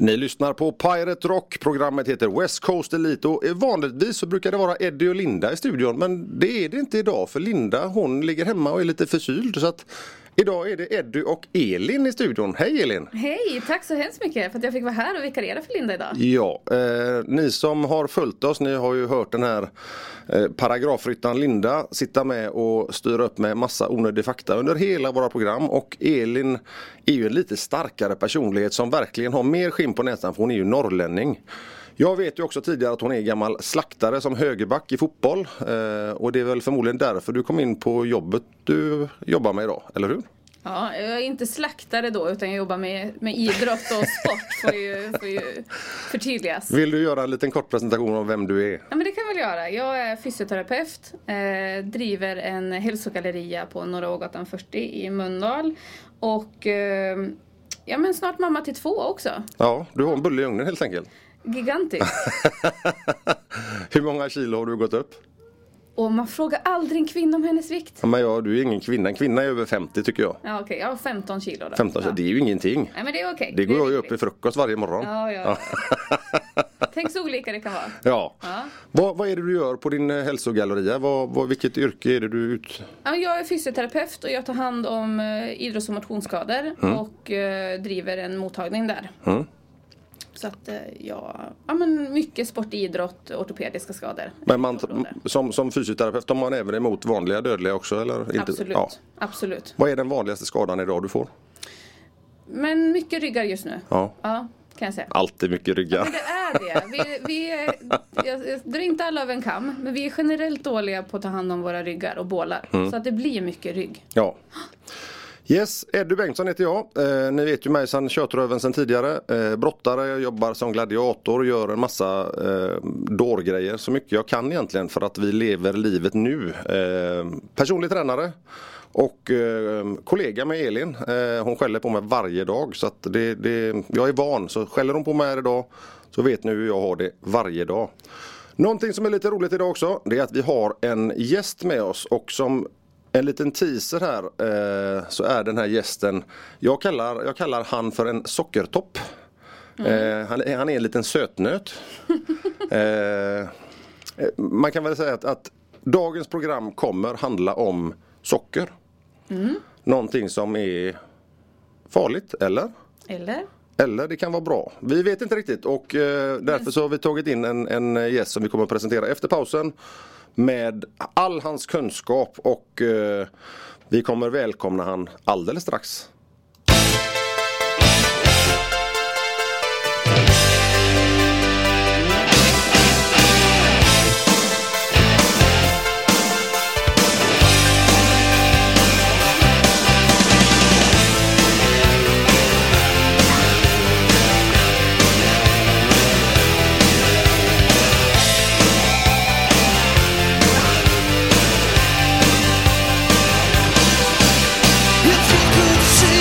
Ni lyssnar på Pirate Rock. Programmet heter West Coast Elite och vanligtvis så brukar det vara Eddie och Linda i studion, men det är det inte idag för Linda hon ligger hemma och är lite förkyld, så att idag är det Eddie och Elin i studion. Hej Elin! Hej, tack så hemskt mycket för att jag fick vara här och vikariera för Linda idag. Ja, ni som har följt oss, ni har ju hört den här paragrafryttaren Linda sitta med och styra upp med massa onödig fakta under hela våra program. Och Elin är ju en lite starkare personlighet som verkligen har mer skinn på näsan, för hon är ju norrlänning. Jag vet ju också tidigare att hon är gammal slaktare som högerback i fotboll. Och det är väl förmodligen därför du kom in på jobbet du jobbar med idag, eller hur? Ja, jag är inte slaktare då, utan jag jobbar med idrott och sport, får ju förtydligas. Vill du göra en liten kort presentation av vem du är? Ja, men det kan jag väl göra. Jag är fysioterapeut, driver en hälsogalleria på Norra Ågatan 40 i Mölndal. Och ja, men snart mamma till 2 också. Ja, du har en bulle i ugnen helt enkelt. Gigantisk. Hur många kilo har du gått upp? Och man frågar aldrig en kvinna om hennes vikt. Ja, men du är ingen kvinna. En kvinna är över 50 tycker jag. Ja, okej. Jag har 15 kilo då. 15 kilo, det är ju ingenting. Nej, men det är okej. Det går jag ju upp i frukost varje morgon. Ja. Tänk så olika det kan vara. Ja. Vad är det du gör på din hälsogalleria? Vilket yrke är det du ut? Ja, jag är fysioterapeut och jag tar hand om idrotts- och motionsskador och driver en mottagning där. Så att men mycket sport, idrott, ortopediska skador. Men som fysioterapeut tar man även emot vanliga dödliga också, eller? Absolut, ja. Absolut. Vad är den vanligaste skadan idag du får? Men mycket ryggar just nu. Ja, kan jag säga. Alltid mycket ryggar. Ja, men det är det. Jag drar inte alla över en kam, men vi är generellt dåliga på att ta hand om våra ryggar och bålar. Så att det blir mycket rygg. Ja. Yes, Eddie Bengtsson heter jag. Ni vet ju mig sedan Kötröven sedan tidigare. Brottare, jag jobbar som gladiator och gör en massa dårgrejer. Så mycket jag kan egentligen för att vi lever livet nu. Personlig tränare och kollega med Elin. Hon skäller på mig varje dag. Så att jag är van, så skäller hon på mig här idag så vet ni hur jag har det varje dag. Någonting som är lite roligt idag också, det är att vi har en gäst med oss, och som en liten teaser här så är den här gästen, jag kallar han för en sockertopp. Han är en liten sötnöt. Man kan väl säga att dagens program kommer handla om socker. Någonting som är farligt, eller? Eller det kan vara bra. Vi vet inte riktigt, och därför så har vi tagit in en gäst som vi kommer att presentera efter pausen med all hans kunskap, och vi kommer välkomna han alldeles strax. If you could see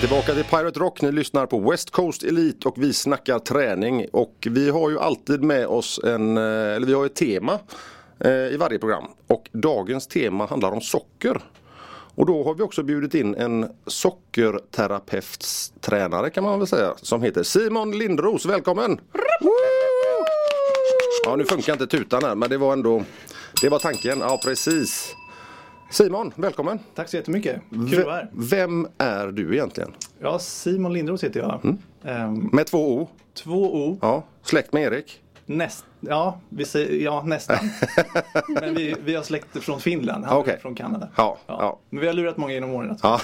Tillbaka till Pirate Rock. Ni lyssnar på West Coast Elite och vi snackar träning. Och vi har ju alltid med oss vi har ett tema i varje program. Och dagens tema handlar om socker. Och då har vi också bjudit in en sockerterapeutstränare kan man väl säga. Som heter Simon Lindros. Välkommen! Ja, nu funkar inte tutan här, men det var tanken. Ja, precis. Simon, välkommen. Tack så jättemycket. Kul att vara här. Vem är du egentligen? Ja, Simon Lindros heter jag. Med 2 O? 2 O. Ja, släkt med Erik? Nästan. Men vi har släkt från Finland, han är från Kanada. Ja. Men vi har lurat många genom åren. Ja.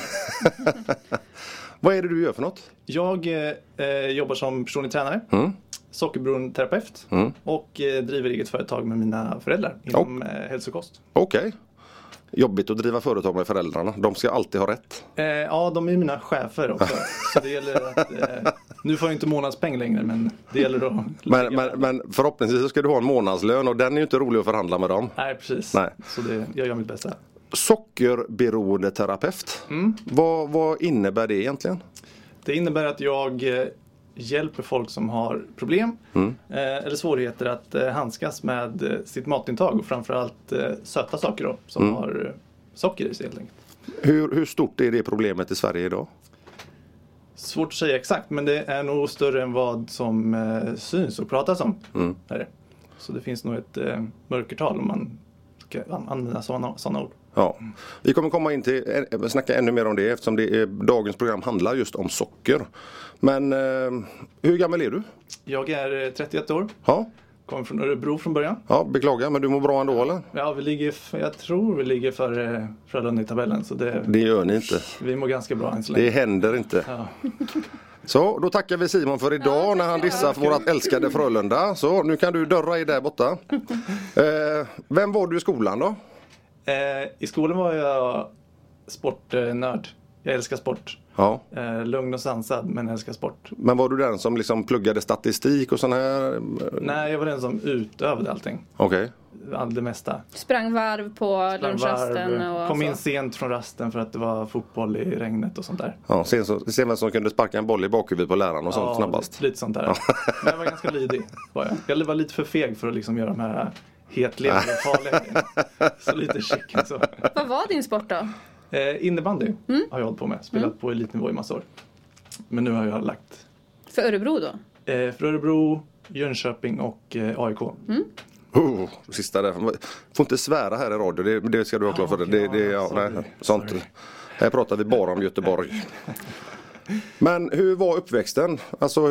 Vad är det du gör för något? Jag jobbar som personlig tränare, sockerberoende terapeut och driver eget företag med mina föräldrar inom hälsokost. Okej. Jobbigt att driva företag med föräldrarna. De ska alltid ha rätt. Ja, de är mina chefer också. Så det gäller att... nu får jag inte månadspeng längre, men det gäller att... Men förhoppningsvis så ska du ha en månadslön och den är ju inte rolig att förhandla med dem. Nej, precis. Nej. Så jag gör mitt bästa. Sockerberoende terapeut. Vad innebär det egentligen? Det innebär att jag hjälper folk som har problem eller svårigheter att handskas med sitt matintag och framförallt söta saker då, som har socker i sig helt enkelt. Hur stort är det problemet i Sverige idag? Svårt att säga exakt, men det är nog större än vad som syns och pratas om. Så det finns nog ett mörkertal om man ska använda sådana ord. Ja, vi kommer komma in till snacka ännu mer om det eftersom dagens program handlar just om socker. Men hur gammal är du? Jag är 31 år. Ja. Kommer från Örebro från början. Ja, beklagar, men du mår bra ändå eller? Ja, jag tror vi ligger för Frölunda i tabellen. Så det gör ni inte. Vi mår ganska bra än så länge. Det händer inte. Ja. Så, då tackar vi Simon för idag när han dissar för vårat älskade Frölunda. Så, nu kan du dörra i där borta. Vem var du i skolan då? I skolan var jag sportnörd. Jag älskar sport. Ja. Lugn och sansad, men älskar sport. Men var du den som liksom pluggade statistik och sån här? Nej, jag var den som utövade allting. Okej. Det mesta. Sprang varv på lunchrasten och kom in så. sent från rasten för att det var fotboll i regnet och sånt där. Ja, se vem som kunde sparka en boll i bakhuvudet på läraren och sånt snabbast. Lite sånt där. Ja. Men jag var ganska lydig. Jag var lite för feg för att liksom göra de här hetlevande farliga. Så lite chic. Så. Vad var din sport då? Innebandy har jag hållit på med. Spelat på elitnivå i massor år. Men nu har jag lagt... För Örebro då? För Örebro, Jönköping och AIK. Sista där. Får inte svära här i radio. Det ska du ha klart för det. Sånt. Här pratar vi bara om Göteborg. Men hur var uppväxten? Alltså,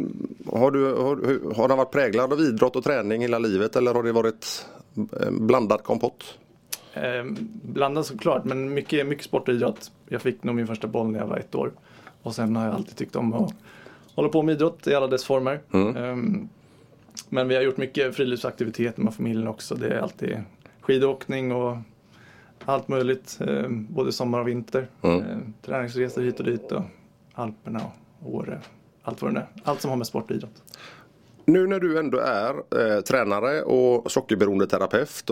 har den varit präglad av idrott och träning hela livet eller har det varit blandad kompott? Blandad såklart, men mycket sport och idrott. Jag fick nog min första boll när jag var 1 år. Och sen har jag alltid tyckt om att hålla på med idrott i alla dess former. Men vi har gjort mycket friluftsaktiviteter med familjen också. Det är alltid skidåkning och allt möjligt. Både sommar och vinter. Träningsresor hit och dit och Alperna och Åre. Allt vad det är. Allt som har med sport och idrott. Nu när du ändå är tränare och sockerberoende terapeut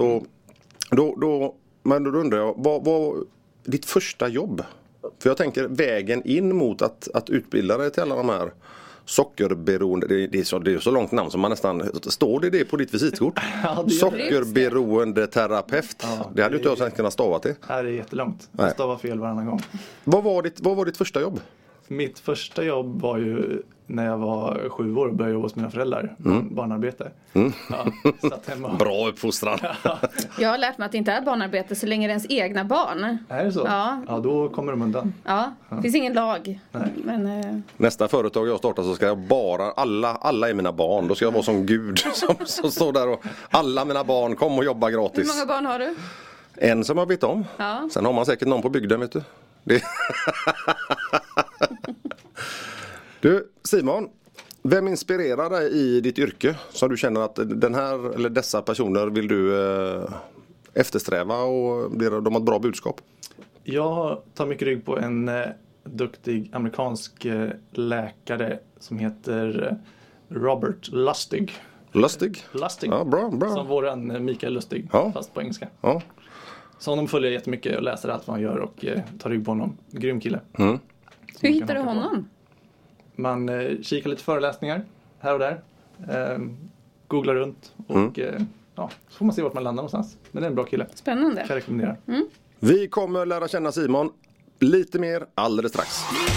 men då undrar jag, vad var ditt första jobb? För jag tänker vägen in mot att utbilda dig till alla de här sockerberoende, det är så långt namn som man nästan, står det på ditt visitkort? Ja, sockerberoende terapeut. Ja, det hade ju inte jag sen kunnat stava till. Nej, det är jättelångt. Jag stavar fel varannan gång. Vad var ditt första jobb? Mitt första jobb var ju när jag var 7 år och började jobba hos mina föräldrar. Barnarbete. Ja, satt hemma. Bra uppfostran. Jag har lärt mig att det inte är barnarbete så länge det är ens egna barn. Är det så? Ja, då kommer de undan. Ja, det finns ingen lag. Men, nästa företag jag startar så ska jag bara, alla är mina barn. Då ska jag vara som Gud som står där och alla mina barn, kom och jobba gratis. Hur många barn har du? En som jag vet om. Ja. Sen har man säkert någon på bygden, vet du. Du, Simon, vem inspirerar dig i ditt yrke som du känner att den här eller dessa personer vill du eftersträva och de har ett bra budskap? Jag tar mycket rygg på en duktig amerikansk läkare som heter Robert Lustig. Lustig? Ja, bra. Som våran Mikael Lustig, fast på engelska. Ja. Så honom följer jag jättemycket och läser allt vad han gör och tar rygg på honom. Grym kille. Hur hittar du honom? Man kikar lite föreläsningar här och där. Googlar runt och så får man se vart man landar någonstans. Men det är en bra kille. Spännande. Kan jag rekommendera. Vi kommer lära känna Simon lite mer alldeles strax.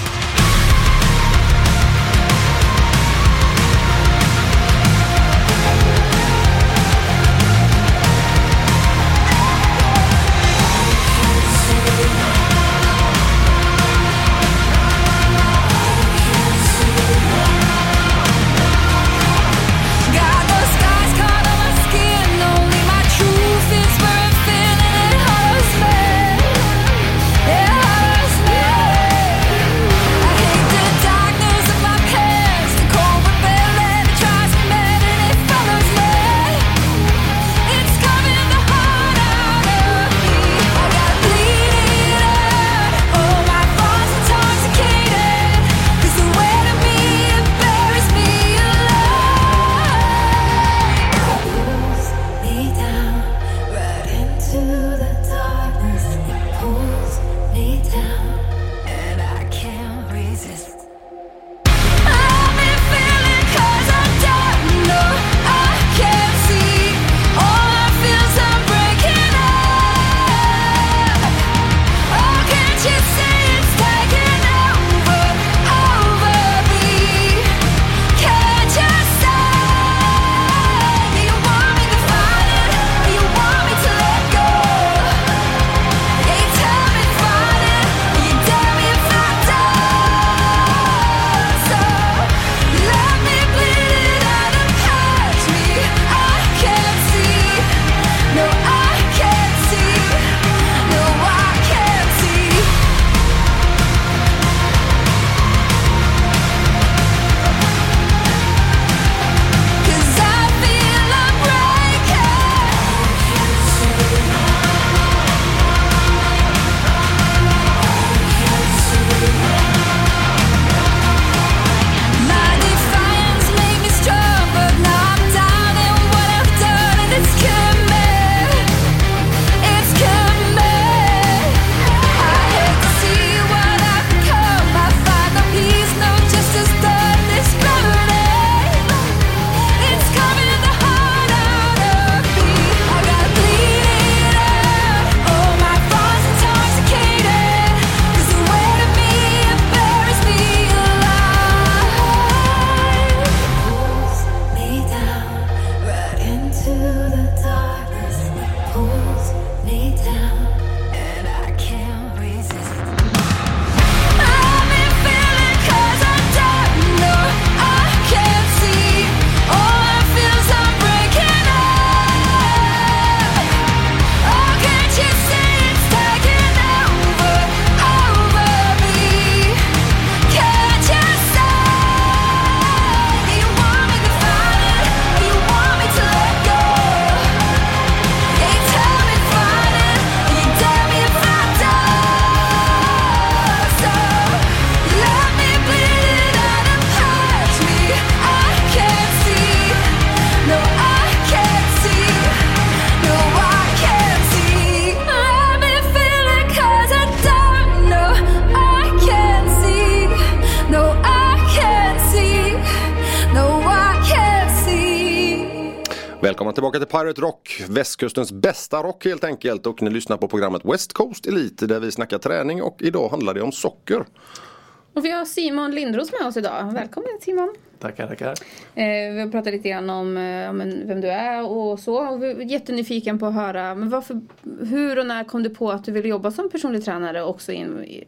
Välkomna tillbaka till Pirate Rock, västkustens bästa rock helt enkelt. Och ni lyssnar på programmet West Coast Elite där vi snackar träning och idag handlar det om socker. Och vi har Simon Lindros med oss idag. Välkommen Simon. Tackar. Vi har pratat lite grann om vem du är och så. Och vi är jättenyfiken på att höra men hur och när kom du på att du ville jobba som personlig tränare och också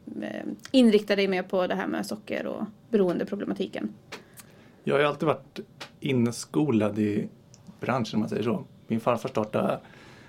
inrikta dig mer på det här med socker och beroendeproblematiken? Jag har ju alltid varit inskolad i branschen om man säger så. Min farfar startade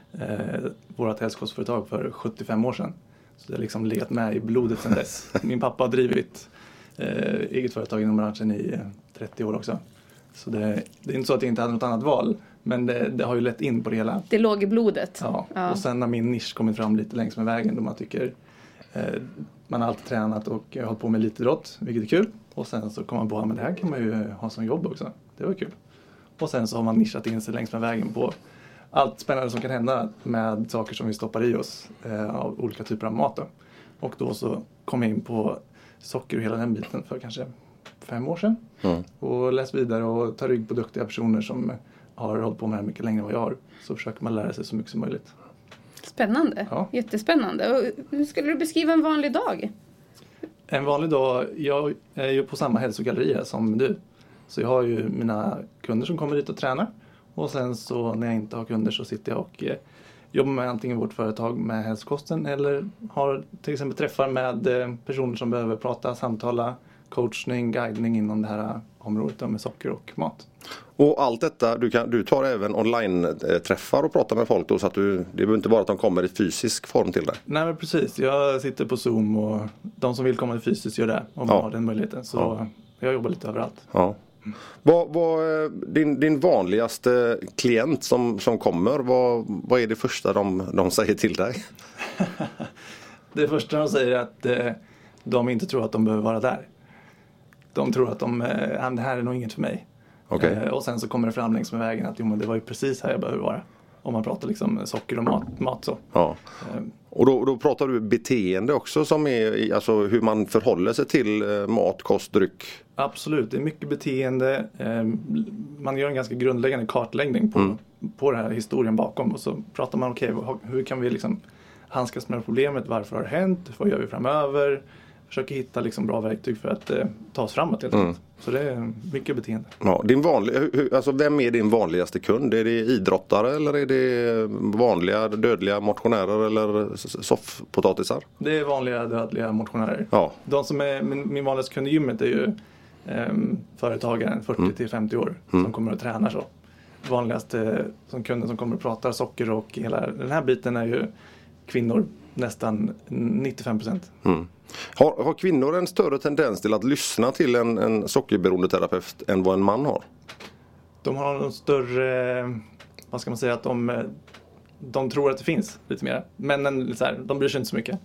vårt hälsokostföretag för 75 år sedan. Så det har liksom legat med i blodet sedan dess. Min pappa har drivit eget företag inom branschen i 30 år också. Så det är inte så att jag inte hade något annat val. Men det har ju lett in på det hela. Det låg i blodet. Ja. Och sen har min nisch kommit fram lite längs med vägen. Då man tycker man har alltid tränat och hållit på med elitidrott, vilket är kul. Och sen så kommer man på att det här kan man ju ha som jobb också. Det var kul. Och sen så har man nischat in sig längs med vägen på allt spännande som kan hända med saker som vi stoppar i oss av olika typer av mat. Då. Och då så kom jag in på socker och hela den biten för kanske 5 år sedan. Och läst vidare och tar rygg på duktiga personer som har hållit på med det mycket längre än vad jag har. Så försöker man lära sig så mycket som möjligt. Spännande, jättespännande. Och hur skulle du beskriva en vanlig dag? En vanlig dag, jag är ju på samma hälsogalleria som du. Så jag har ju mina kunder som kommer dit och tränar. Och sen så när jag inte har kunder så sitter jag och jobbar med antingen vårt företag med hälsokosten. Eller har till exempel träffar med personer som behöver prata, samtala, coachning, guidning inom det här området med socker och mat. Och allt detta, du tar även online-träffar och pratar med folk då, så att det behöver inte bara att de kommer i fysisk form till dig? Nej men precis, jag sitter på Zoom och de som vill komma i fysiskt gör det om man har den möjligheten. Så jag jobbar lite överallt. Ja. Vad din vanligaste klient som kommer, vad är det första de säger till dig? Det första de säger är att de inte tror att de behöver vara där. De tror att det här är nog inget för mig. Okay. Och sen så kommer det fram längs med vägen att det var ju precis här jag behöver vara. Om man pratar liksom socker och mat så. Ja. Och då pratar du beteende också, som är alltså hur man förhåller sig till mat, kost, dryck? Absolut, det är mycket beteende. Man gör en ganska grundläggande kartläggning på den här historien bakom. Och så pratar man hur kan vi liksom handskas med problemet, varför har det hänt, vad gör vi framöver? Försöker hitta liksom bra verktyg för att ta oss framåt helt enkelt. Så det är mycket beteende. Ja, vem är din vanligaste kund? Är det idrottare eller är det vanliga dödliga motionärer eller soffpotatisar? Det är vanliga dödliga motionärer. Ja. De som är min vanligaste kund i gymmet är ju företagaren 40-50 år som kommer att träna så. Vanligaste som kunden som kommer att prata socker och hela den här biten är ju kvinnor, nästan 95%. Har kvinnor en större tendens till att lyssna till en sockerberoende terapeut än vad en man har? De har en större, vad ska man säga, att de tror att det finns lite mer. Männen, de bryr sig inte så mycket.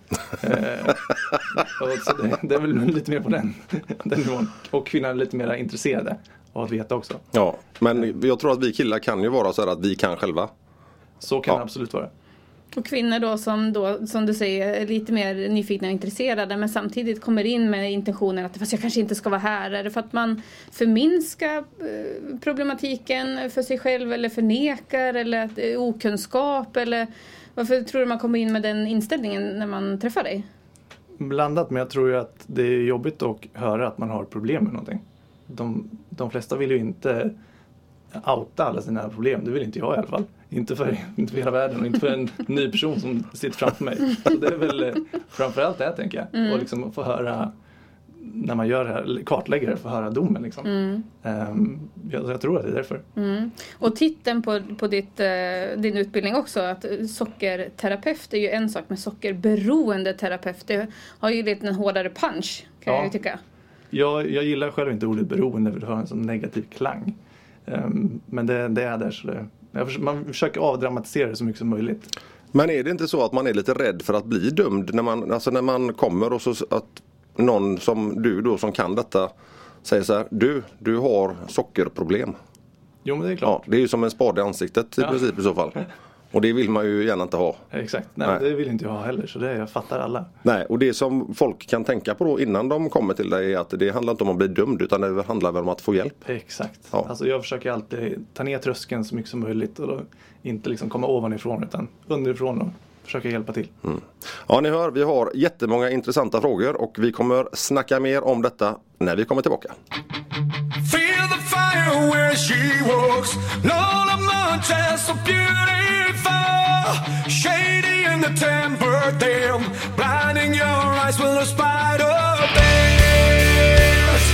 Så det är väl lite mer på den nivån. Och kvinnor är lite mer intresserade av att veta också. Ja, men jag tror att vi killar kan ju vara så här att vi kan själva. Så kan det absolut vara. Och kvinnor då som du säger är lite mer nyfikna och intresserade, men samtidigt kommer in med intentionen att fast jag kanske inte ska vara här. Är det för att man förminskar problematiken för sig själv eller förnekar eller att okunskap, eller varför tror du man kommer in med den inställningen när man träffar dig? Blandat, men jag tror ju att det är jobbigt att höra att man har problem med någonting. De flesta vill ju inte outa alla sina problem. Det vill inte jag i alla fall. Inte för hela världen och inte för en ny person som sitter framför mig. Så det är väl framförallt det, tänker jag. Och liksom få höra, när man gör det här, kartlägger det, få höra domen liksom. Jag tror att det är därför. Och titeln på din utbildning också, att sockerterapeut är ju en sak, med sockerberoende terapeut, det har ju lite en hårdare punch, kan jag ju tycka. Jag gillar själv inte ordet beroende, för det har en sån negativ klang. Men det är där, så man försöker avdramatisera det så mycket som möjligt. Men är det inte så att man är lite rädd för att bli dömd när man kommer och så att någon som du då som kan detta säger så här: du har sockerproblem? Jo, men det är klart. Ja, det är ju som en spade i ansiktet i princip i så fall. Och det vill man ju gärna inte ha. Exakt, nej. Det vill inte jag ha heller, så jag fattar alla. Nej, och det som folk kan tänka på då innan de kommer till dig är att det handlar inte om att bli dömd, utan det handlar väl om att få hjälp. Exakt, alltså jag försöker alltid ta ner tröskeln så mycket som möjligt och då inte liksom komma ovanifrån utan underifrån och försöka hjälpa till. Ja, ni hör, vi har jättemånga intressanta frågor och vi kommer snacka mer om detta när vi kommer tillbaka. Feel the fire where she walks, Lola Montez, so beautiful, shady in the temper, them blinding your eyes with a spider dance.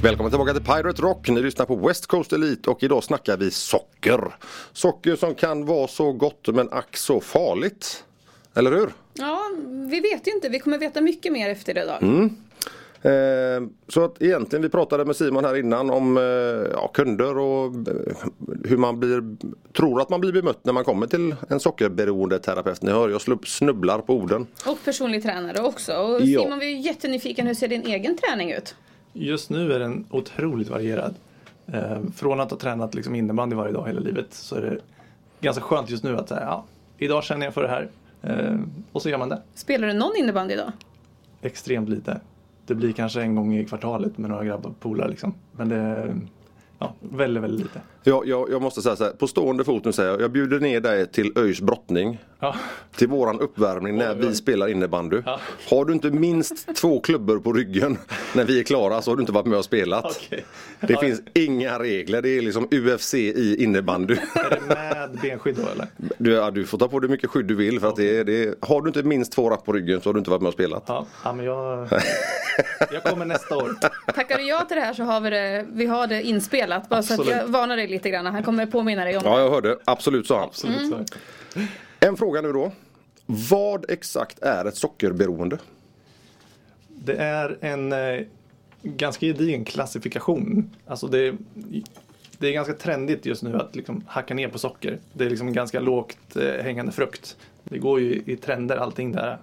Välkommen tillbaka till Pirate Rock. Ni lyssnar på West Coast Elite och idag snackar vi socker. Socker som kan vara så gott men ack så farligt. Eller hur? Ja, vi vet ju inte. Vi kommer veta mycket mer efter idag. Så att egentligen, vi pratade med Simon här innan om kunder och hur man tror att man blir bemött när man kommer till en sockerberoende terapeut. Ni hör, jag snubblar på orden. Och personlig tränare också. Och Simon, vi är jättenyfiken, hur ser din egen träning ut? Just nu är den otroligt varierad. Från att ha tränat liksom innebandy varje dag hela livet så är det ganska skönt just nu att säga, idag känner jag för det här. Och så gör man det. Spelar du någon innebandy idag? Extremt lite. Det blir kanske en gång i kvartalet med några grabbar polar liksom. Men det är väldigt, väldigt lite. Jag måste säga så här, på stående fot nu säger jag bjuder ner dig till ÖIS brottning. Ja. Till våran uppvärmning när vi spelar innebandy. Ja. Har du inte minst 2 klubbor på ryggen när vi är klara så har du inte varit med och spelat. Okay. Det finns inga regler, det är liksom UFC i innebandy. Är det med benskydd då eller? Du får ta på dig mycket skydd du vill för att har du inte minst 2 rapp på ryggen så har du inte varit med och spelat. Ja men jag kommer nästa år. Tackar du ja till det här så har vi har det inspelat. Bara absolut. Så att jag varnar dig lite grann. Han kommer påminna dig om det. Ja, jag hörde. Absolut så. Absolut så. En fråga nu då. Vad exakt är ett sockerberoende? Det är en ganska gedigen klassifikation. Alltså det är ganska trendigt just nu att liksom hacka ner på socker. Det är liksom en ganska lågt hängande frukt. Det går ju i trender allting där.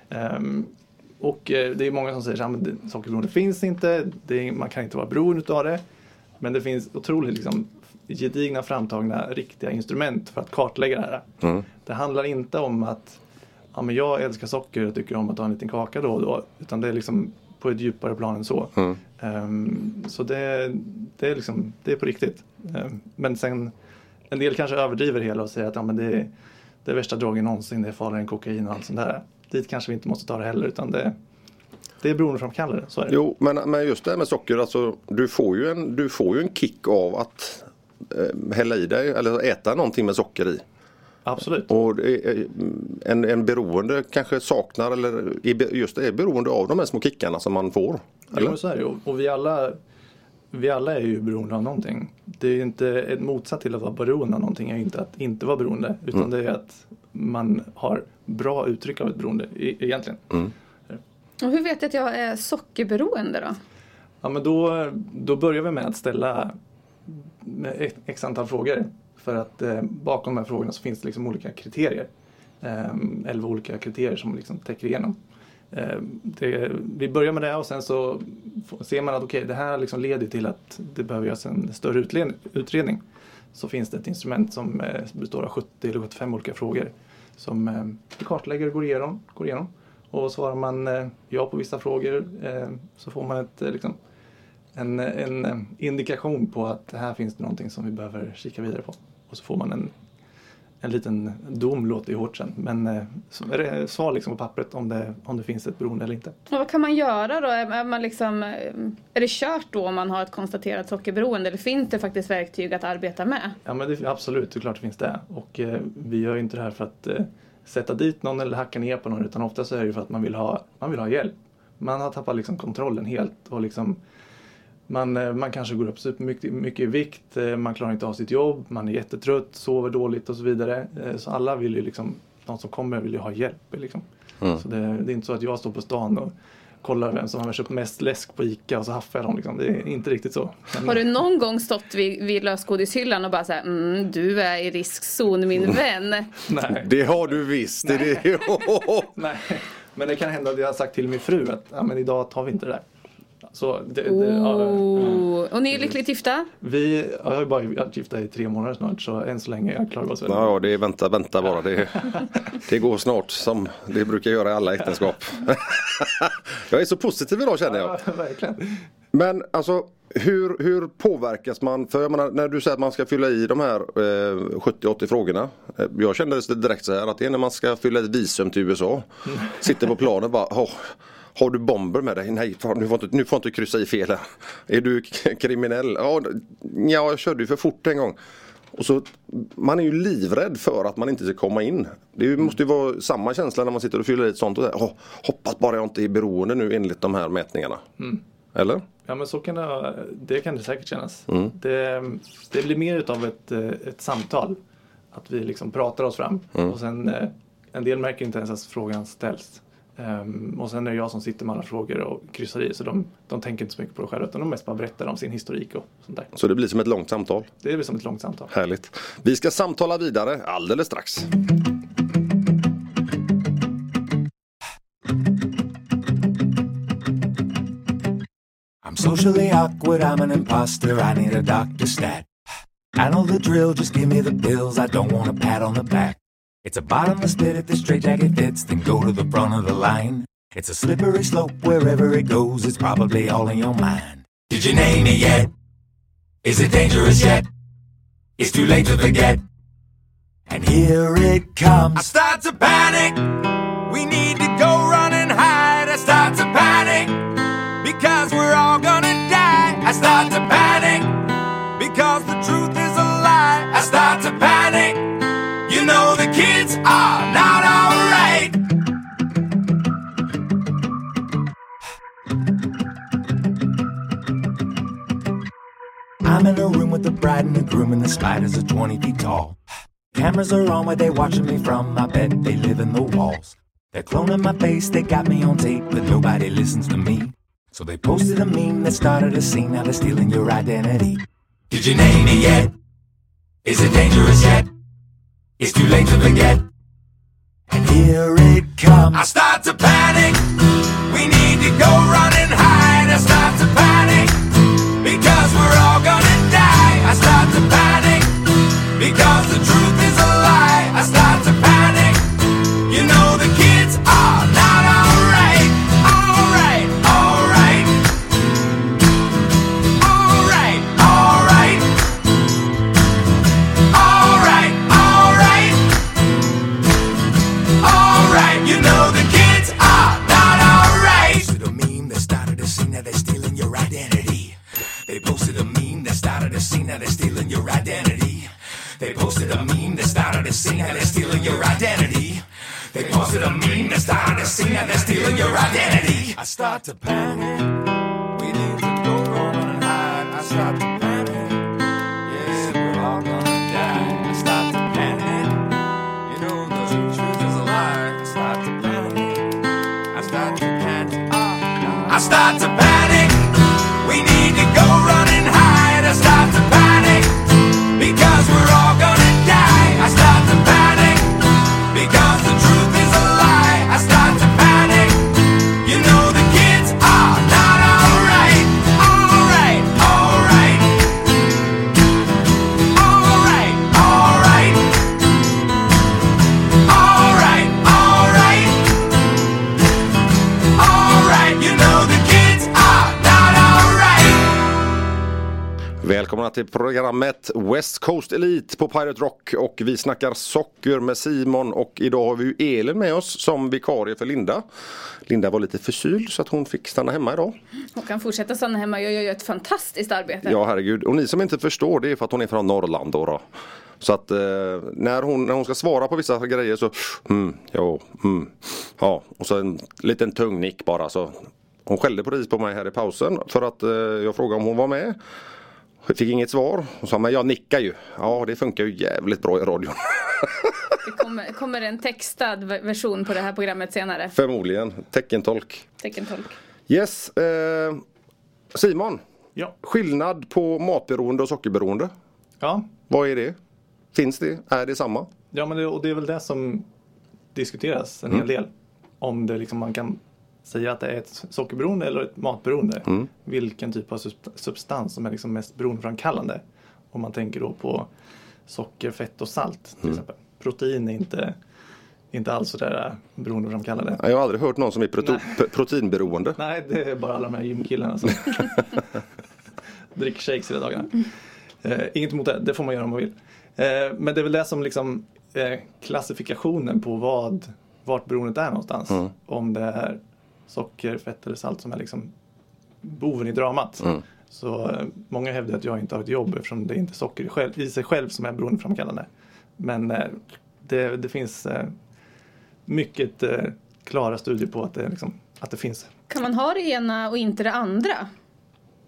Och det är många som säger att sockerberoende finns inte. Man kan inte vara beroende av det. Men det finns otroligt liksom gedigna framtagna riktiga instrument för att kartlägga det här. Det handlar inte om att jag älskar socker och tycker om att ha en liten kaka då och då. Utan det är liksom på ett djupare plan än så. Så det är på riktigt. Men sen en del kanske överdriver hela och säger att det är värsta drogen någonsin. Det är farligare än kokain och allt sånt där. Dit kanske vi inte måste ta det heller utan det är beroendeframkallande, så är det. Jo, men just det här med socker, alltså, du får ju en kick av att hälla i dig eller äta någonting med socker i. Absolut. Och en beroende kanske saknar eller just det är beroende av de här små kickarna som man får. Eller? Jo, så är det ju. Och vi alla är ju beroende av någonting. Det är inte ett motsatt till att vara beroende av någonting, är inte att inte vara beroende. Utan det är att man har bra uttryck av ett beroende egentligen. Och hur vet jag att jag är sockerberoende då? Ja, men då börjar vi med att ställa x antal frågor. För att bakom de här frågorna så finns det liksom olika kriterier. 11 olika kriterier som liksom täcker igenom. Vi börjar med det och sen så ser man att det här liksom leder till att det behöver göras en större utredning. Så finns det ett instrument som består av 70 eller 75 olika frågor som kartlägger och går igenom. Och svarar man ja på vissa frågor så får man en indikation på att här finns det någonting som vi behöver kika vidare på. Och så får man en liten dom, låter ju hårt sen. Men är det svar liksom på pappret om det finns ett beroende eller inte. Och vad kan man göra då? Är det kört då om man har ett konstaterat sockerberoende? Eller finns det faktiskt verktyg att arbeta med? Ja, men absolut, det är klart det finns det. Och vi gör ju inte det här för att sätta dit någon eller hacka ner på någon. Utan ofta så är det för att man vill ha hjälp. Man har tappat liksom kontrollen helt. Och liksom man kanske går upp supermycket i vikt, man klarar inte av sitt jobb, man är jättetrött, sover dåligt och så vidare. Så alla vill ju liksom, de som kommer vill ju ha hjälp liksom. Så det är inte så att jag står på stan och kollar vem som har köpt mest läsk på Ica och så haffar jag dem liksom. Det är inte riktigt så. Har du någon gång stått vid lösgodishyllan och bara såhär, du är i riskzon min vän? Nej. Det har du visst. Nej, men det kan hända att jag har sagt till min fru att idag tar vi inte det där. Så och ni är lyckligt gifta? Vi har ju bara varit gifta i 3 månader snart, så än så länge jag klarar oss väldigt bra. Ja, det är vänta bara. Det går snart som det brukar göra i alla äktenskap. Jag är så positiv idag känner jag. Ja, verkligen. Men alltså, hur påverkas man? För jag menar, när du säger att man ska fylla i de här 70-80 frågorna. Jag kände det direkt så här att det är när man ska fylla i visum till USA. Sitter på planen och bara... Har du bomber med dig? Nej, nu får inte kryssa i fel här. Är du kriminell? Ja, jag körde ju för fort en gång. Och så, man är ju livrädd för att man inte ska komma in. Det måste ju vara samma känsla när man sitter och fyller i ett sånt och säger, hoppas bara jag inte är beroende nu enligt de här mätningarna. Eller? Ja, men så kan det kan det säkert kännas. Det blir mer utav ett samtal. Att vi liksom pratar oss fram. Och sen en del märker inte ens att frågan ställs. Och sen är det jag som sitter med alla frågor och kryssar i. Så de tänker inte så mycket på det själva. Utan de mest bara berättar om sin historik och sånt där. Så det blir som ett långt samtal? Det blir som ett långt samtal. Härligt. Vi ska samtala vidare alldeles strax. Socially awkward, I'm an imposter, I need a doctor stat. I know the drill, just give me the pills, I don't want a pat on the back. It's a bottomless pit if the straitjacket fits, then go to the front of the line. It's a slippery slope wherever it goes, it's probably all in your mind. Did you name it yet? Is it dangerous yet? It's too late to forget. And here it comes. I start to panic, we need to go run and hide. I start to panic, because we're all gonna die. I start to panic, because the truth is a lie. I start to panic, you know the kids are not alright. I'm in a room with the bride and the groom, and the spiders are 20 feet tall. Cameras are on where they watching me from, I bet they live in the walls. They're cloning my face, they got me on tape, but nobody listens to me. So they posted a meme that started a scene, now they're stealing your identity. Did you name it yet? Is it dangerous yet? It's too late to forget. And here it comes. I start to panic, we need to go run and hide. I start to panic, because we're all gonna die. I start to panic, because the truth is a lie. I start to panic, you know the kids are not alright. Alright, alright. Alright, alright. Alright, alright. Alright, you know the kids are not alright. They posted a meme that started a scene, now they're stealing your identity. They posted a meme that started a scene, now they're stealing your identity. They posted a meme that started a scene, now they're stealing your identity. They posted a meme that started a scene, now they're stealing your identity. I start to panic, we need to go run and hide. I start to panic, yeah, we're all gonna die. I start to panic, you know the truth is a lie. I start to panic, I start to panic, I start to panic, we need to go run and hide. I start to panic, because we're all gonna die. I start to panic, because the truth is a lie. I start to panic, you know the kids are not alright. Alright, alright. Alright, alright. Alright, alright. Alright, you know the kids are not alright. Välkomna till programmet West Coast Elite på Pirate Rock, och vi snackar socker med Simon, och idag har vi ju Elin med oss som vikarie för Linda. Linda var lite förkyld så att hon fick stanna hemma idag. Hon kan fortsätta stanna hemma, jag gör ett fantastiskt arbete. Ja, herregud. Och ni som inte förstår, det är för att hon är från Norrland då. Så att när hon ska svara på vissa grejer så ja, och så en liten tung nick bara. Så hon skällde på mig här i pausen för att jag frågade om hon var med. Jag fick inget svar. Hon sa, men jag nickar ju. Ja, det funkar ju jävligt bra i radion. Det kommer en textad version på det här programmet senare. Förmodligen. Teckentolk. Yes. Simon. Ja. Skillnad på matberoende och sockerberoende. Ja. Vad är det? Finns det? Är det samma? Ja, men det är väl det som diskuteras en hel del. Om det liksom man kan säga att det är ett sockerberoende eller ett matberoende. Vilken typ av substans som är liksom mest beroendeframkallande. Om man tänker då på socker, fett och salt till exempel. Protein är inte alls så där beroendeframkallande. Jag har aldrig hört någon som är proteinberoende. Nej, det är bara alla de här gymkillarna som dricker shakes hela dagarna. Inget emot det får man göra om man vill. Men det är väl det som liksom klassifikationen på vart beroendet är någonstans. Om det är socker, fett eller salt som är liksom boven i dramat. Så många hävdar att jag inte har ett jobb eftersom det är inte socker i sig själv som är beroendeframkallande. Men det finns mycket klara studier på att det finns. Kan man ha det ena och inte det andra?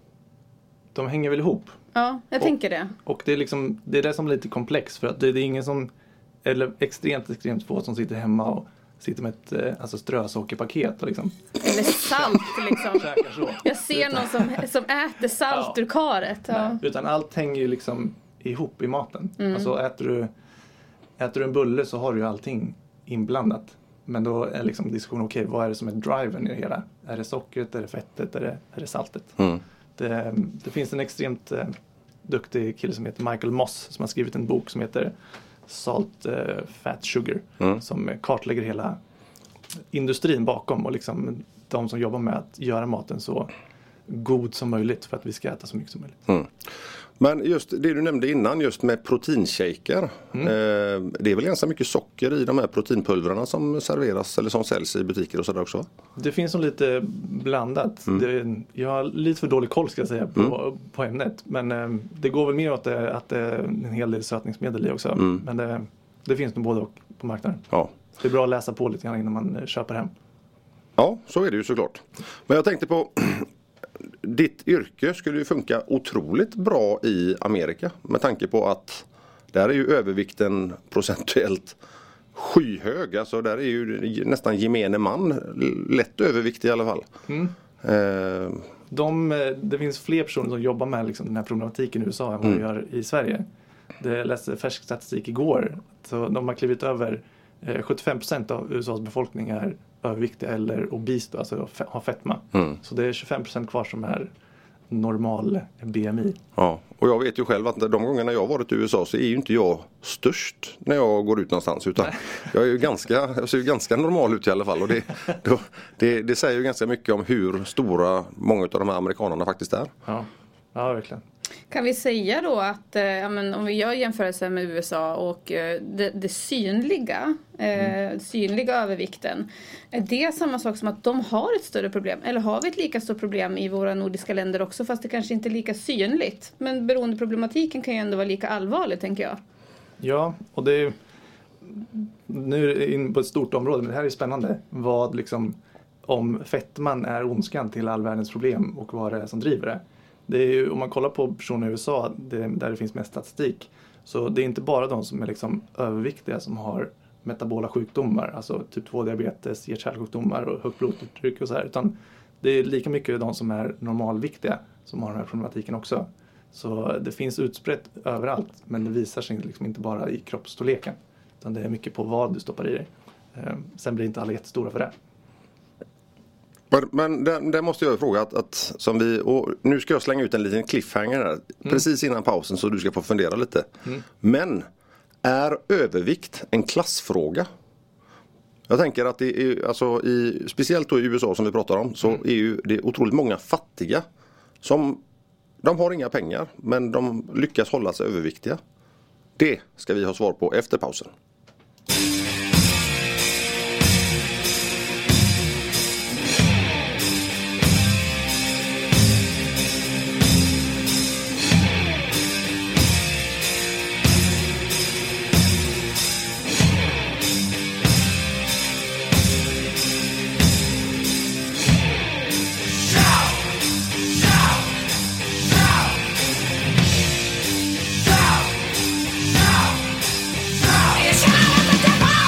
de hänger väl ihop. Ja, jag tänker det. Och det är liksom, det är det som är lite komplex, för att det är ingen som, eller extremt få som sitter hemma och sitter med ett strösockerpaket och liksom. Eller salt liksom. Käkar så. Jag ser någon som äter salt ur karet. Ja. Utan allt hänger ju liksom ihop i maten. Alltså äter du en bulle så har du ju allting inblandat. Men då är liksom diskussionen, okej, vad är det som är driven i det hela? Är det sockret, är det fettet, är det saltet? Det finns en extremt duktig kille som heter Michael Moss som har skrivit en bok som heter Salt, Fat, Sugar, som kartlägger hela industrin bakom och liksom de som jobbar med att göra maten så god som möjligt för att vi ska äta så mycket som möjligt. Men just det du nämnde innan, just med proteinshaker. Det är väl ganska mycket socker i de här proteinpulverna som serveras eller som säljs i butiker och sådär också? Det finns som lite blandat. Jag har lite för dålig koll, ska jag säga, på ämnet. Men det går väl mer åt att det är en hel del sötningsmedel i också. Men det finns nog både och på marknaden. Ja. Det är bra att läsa på lite grann innan man köper hem. Ja, så är det ju såklart. Men jag tänkte på, ditt yrke skulle ju funka otroligt bra i Amerika. Med tanke på att där är ju övervikten procentuellt skyhög. Alltså där är ju nästan gemene man lätt överviktig i alla fall. Det finns fler personer som jobbar med liksom den här problematiken i USA än vad vi gör i Sverige. Jag läste färsk statistik igår. Så de har klivit över 75% av USAs befolkning är överviktiga eller obes, alltså har fetma. Så det är 25% kvar som är normal BMI. Ja, och jag vet ju själv att de gångerna jag har varit i USA så är ju inte jag störst när jag går ut någonstans, utan jag ser ju ganska normal ut i alla fall, och det säger ju ganska mycket om hur stora många av de här amerikanerna faktiskt är. Ja, verkligen. Kan vi säga då att om vi gör jämförelse med USA och det synliga övervikten, är det samma sak som att de har ett större problem? Eller har vi ett lika stort problem i våra nordiska länder också, fast det kanske inte är lika synligt? Men beroendeproblematiken kan ju ändå vara lika allvarlig, tänker jag. Ja, och det är nu är det in på ett stort område, men det här är spännande. Vad liksom, om fettman är ondskan till all världens problem och vad det är som driver det. Det är ju, om man kollar på personer i USA där det finns mest statistik, så det är inte bara de som är liksom överviktiga som har metabola sjukdomar, alltså typ 2-diabetes, hjärt-kärlsjukdomar och högt blodtryck och så här, utan det är lika mycket de som är normalviktiga som har den här problematiken också. Så det finns utbrett överallt, men det visar sig liksom inte bara i kroppsstorleken, utan det är mycket på vad du stoppar i dig. Sen blir inte alla jättestora för det. Men där måste jag fråga att som vi, och nu ska jag slänga ut en liten cliffhanger här precis innan pausen, så du ska få fundera lite. Men är övervikt en klassfråga? Jag tänker att det är, alltså speciellt då i USA som vi pratar om, så är ju det otroligt många fattiga som de har inga pengar, men de lyckas hålla sig överviktiga. Det ska vi ha svar på efter pausen. It's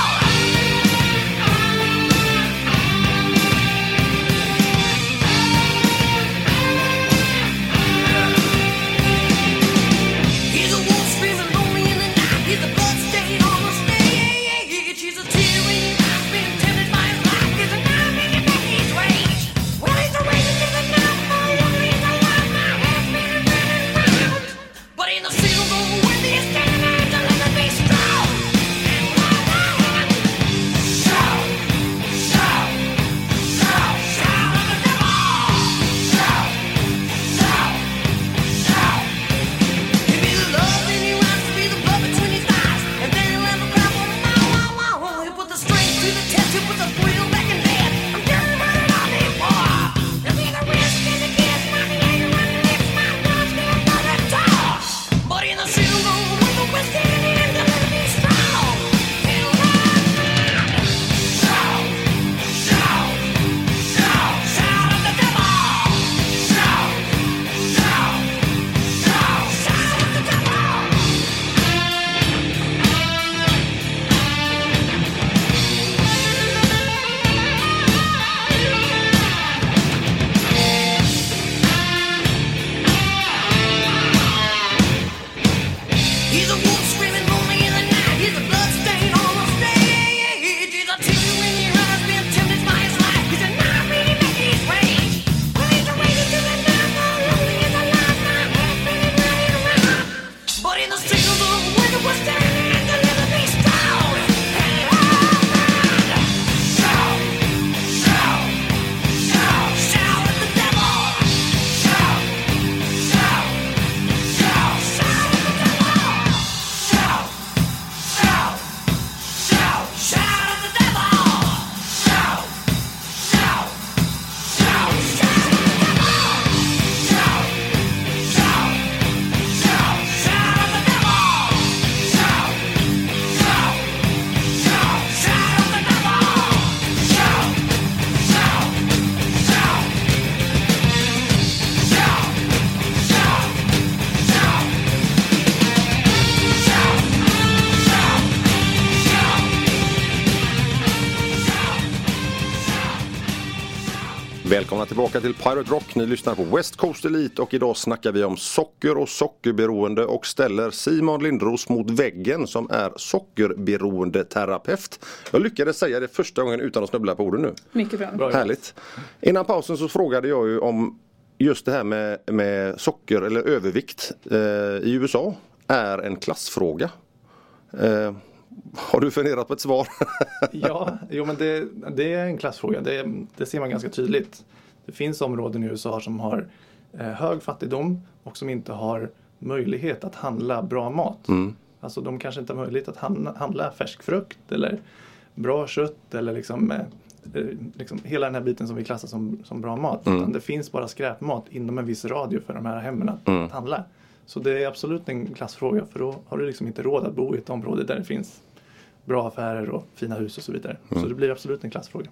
Välkomna tillbaka till Pirate Rock. Ni lyssnar på West Coast Elite och idag snackar vi om socker och sockerberoende och ställer Simon Lindros mot väggen som är sockerberoendeterapeut. Jag lyckades säga det första gången utan att snubbla på orden nu. Mycket bra. Härligt. Innan pausen så frågade jag ju om just det här med socker eller övervikt i USA är en klassfråga. Har du funderat på ett svar? Ja, men det är en klassfråga. Det ser man ganska tydligt. Det finns områden i USA som har hög fattigdom och som inte har möjlighet att handla bra mat. Alltså de kanske inte har möjlighet att handla färsk frukt eller bra kött eller liksom hela den här biten som vi klassar som bra mat. Utan det finns bara skräpmat inom en viss radio för de här hemmen att handla. Så det är absolut en klassfråga, för då har du liksom inte råd att bo i ett område där det finns bra affärer och fina hus och så vidare. Så det blir absolut en klassfråga.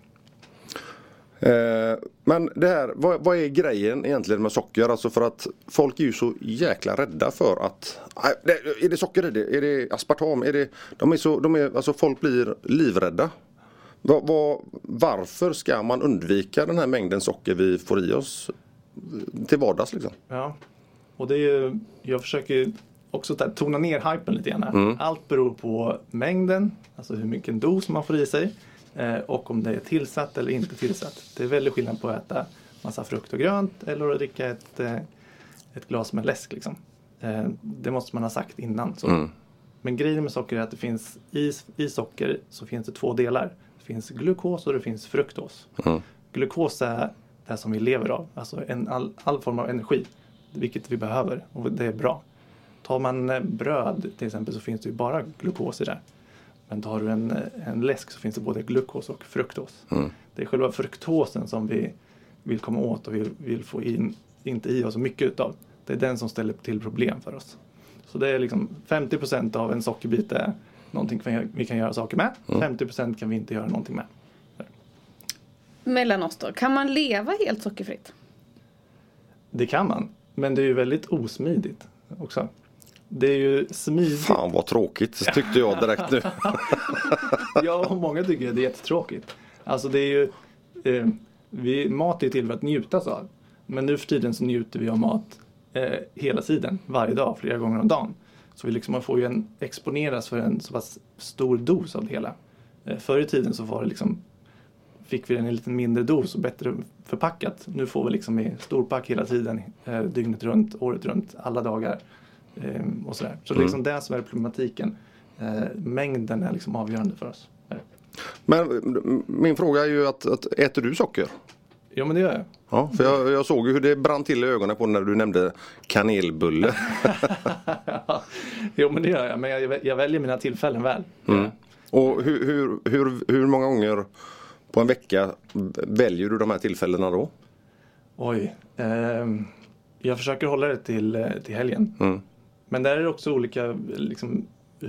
Men det här, vad är grejen egentligen med socker? Alltså för att folk är ju så jäkla rädda för att är det socker i det? Är det aspartam? Alltså folk blir livrädda. Varför ska man undvika den här mängden socker vi får i oss till vardags liksom? Ja, och det är ju, jag försöker också tona ner hypen lite grann. Allt beror på mängden, alltså hur mycket dos man får i sig och om det är tillsatt eller inte tillsatt. Det är väldigt skillnad på att äta massa frukt och grönt eller att dricka ett glas med läsk liksom. Det måste man ha sagt innan. Så. Men grejen med socker är att det finns i socker så finns det två delar. Det finns glukos och det finns fruktos. Glukos är det som vi lever av, alltså all form av energi, vilket vi behöver och det är bra. Tar man bröd till exempel så finns det ju bara glukos i det. Men tar du en läsk så finns det både glukos och fruktos. Det är själva fruktosen som vi vill komma åt och vill få inte i oss så mycket utav. Det är den som ställer till problem för oss. Så det är liksom 50% av en sockerbit är någonting vi kan göra saker med. 50% kan vi inte göra någonting med. Mellan oss då, kan man leva helt sockerfritt? Det kan man, men det är ju väldigt osmidigt också. Det är ju smidigt. Fan vad tråkigt, tyckte jag direkt nu. Ja, och många tycker det är jättetråkigt. Alltså det är ju, mat är till för att njutas av. Men nu för tiden så njuter vi av mat hela tiden, varje dag, flera gånger om dagen. Så vi liksom, man får ju exponeras för en så pass stor dos av det hela. Förr i tiden så var det liksom, fick vi en lite mindre dos och bättre förpackat. Nu får vi liksom i storpack hela tiden, dygnet runt, året runt, alla dagar och sådär. Så det är liksom det som är problematiken. Mängden är liksom avgörande för oss. Men min fråga är ju att äter du socker? Ja, men det gör jag. Ja, för jag såg ju hur det brann till i ögonen på när du nämnde kanelbulle. Jo, men det gör jag. Men jag väljer mina tillfällen väl. Och hur många gånger på en vecka väljer du de här tillfällena då? Oj. Jag försöker hålla det till helgen. Men där är det också olika liksom,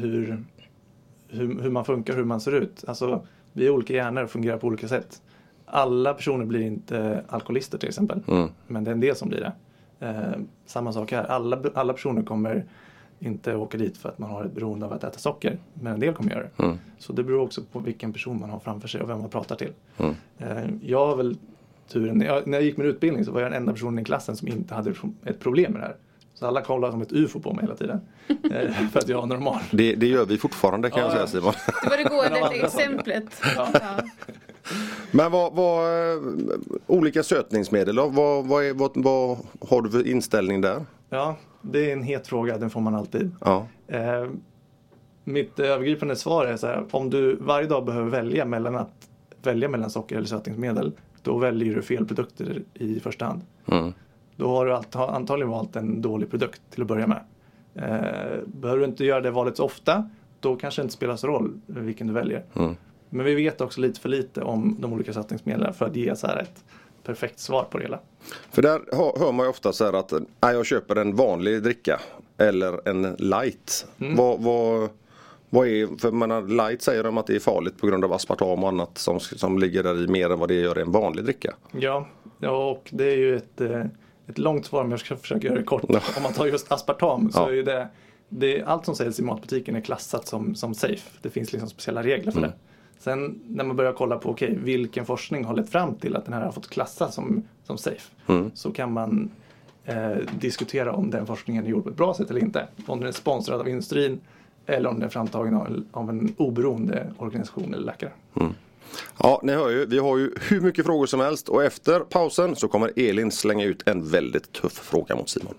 hur man funkar, hur man ser ut. Alltså, vi är olika hjärnor och fungerar på olika sätt. Alla personer blir inte alkoholister till exempel. Men det är en del som blir det. Samma sak här. Alla personer kommer inte åka dit för att man har ett beroende av att äta socker. Men en del kommer göra det. Så det beror också på vilken person man har framför sig och vem man pratar till. Jag har väl turen. När jag gick min utbildning så var jag den enda personen i klassen som inte hade ett problem med det här. Så alla kollade som ett UFO på mig hela tiden. För att jag var normal. Det gör vi fortfarande kan jag säga, Simon. Det var det gående exemplet. Ja. Men vad olika sötningsmedel då? Vad har du för inställning där? Ja, det är en het fråga. Den får man alltid. Ja. Mitt övergripande svar är så här. Om du varje dag behöver välja mellan socker eller sötningsmedel, då väljer du fel produkter i första hand. Då har du antagligen valt en dålig produkt till att börja med. Behöver du inte göra det valet så ofta, då kanske det inte spelar så roll vilken du väljer. Men vi vet också lite för lite om de olika sötningsmedlen för att ge så här ett perfekt svar på det hela. För där hör man ju ofta så här att jag köper en vanlig dricka eller en light. Vad är, för light säger de att det är farligt på grund av aspartam och annat som ligger där i mer än vad det gör i en vanlig dricka. Ja, och det är ju ett långt svar, men jag ska försöka göra det kort. Om man tar just aspartam så är ju allt som säljs i matbutiken är klassat som safe. Det finns liksom speciella regler för det. Sen när man börjar kolla på vilken forskning har lett fram till att den här har fått klassas som safe. Så kan man diskutera om den forskningen är gjord på ett bra sätt eller inte. Om den är sponsrad av industrin eller om den är framtagen av en oberoende organisation eller läkare. Ja, ni hör ju, vi har ju hur mycket frågor som helst och efter pausen så kommer Elin slänga ut en väldigt tuff fråga mot Simon.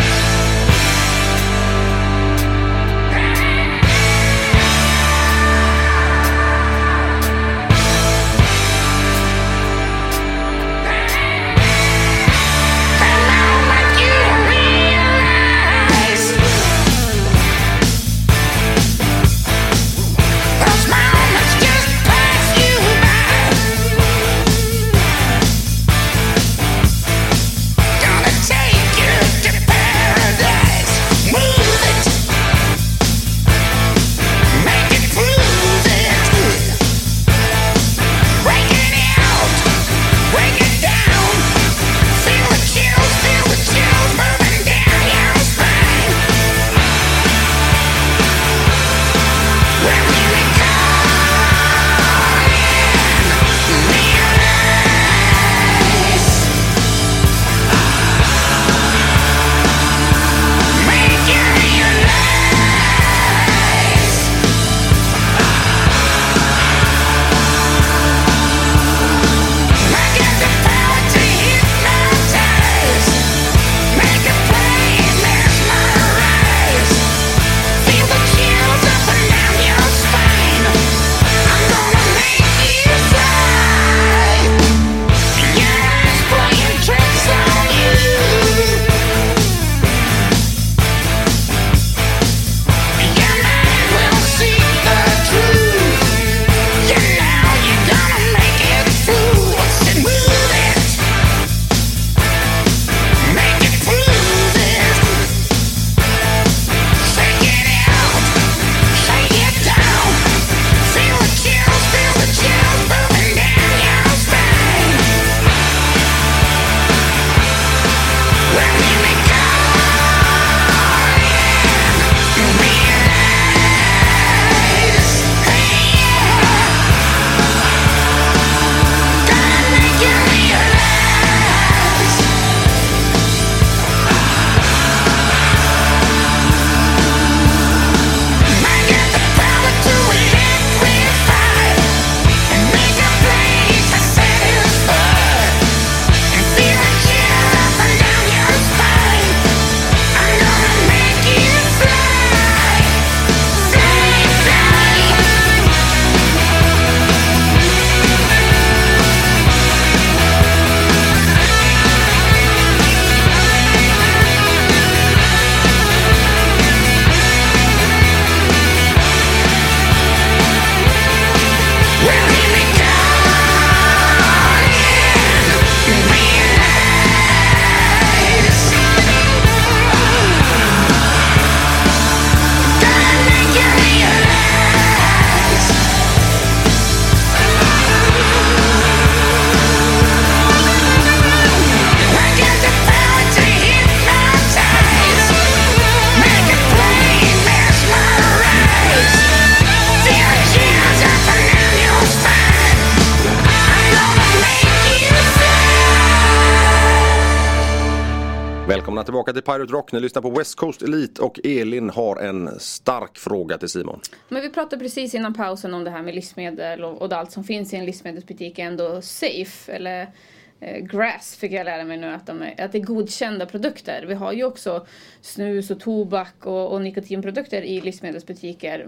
Välkomna tillbaka till Pirate Rock. Ni lyssnar på West Coast Elite och Elin har en stark fråga till Simon. Men vi pratade precis innan pausen om det här med livsmedel och allt som finns i en livsmedelsbutik är ändå safe. Eller GRAS fick jag lära mig nu att det är godkända produkter. Vi har ju också snus och tobak och nikotinprodukter i livsmedelsbutiker.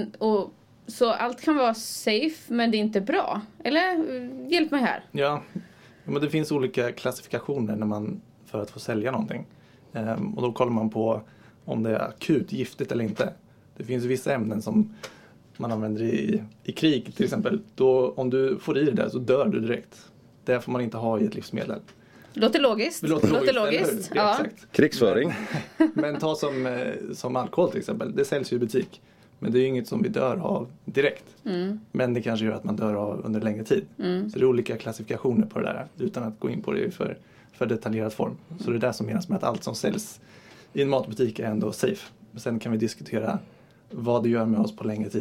Så allt kan vara safe men det är inte bra. Eller hjälp mig här. Ja, men det finns olika klassifikationer för att få sälja någonting. Och då kollar man på om det är akut giftigt eller inte. Det finns vissa ämnen som man använder i krig till exempel. Då, om du får i det där så dör du direkt. Det får man inte ha i ett livsmedel. Låter logiskt. Låter logiskt. Ja, exakt. Krigsföring. Men ta som alkohol till exempel. Det säljs ju i butik. Men det är ju inget som vi dör av direkt. Mm. Men det kanske gör att man dör av under längre tid. Mm. Så det är olika klassifikationer på det där. Utan att gå in på det i för detaljerad form. Så det är det som menas med att allt som säljs i en matbutik är ändå safe. Sen kan vi diskutera vad det gör med oss på längre tid.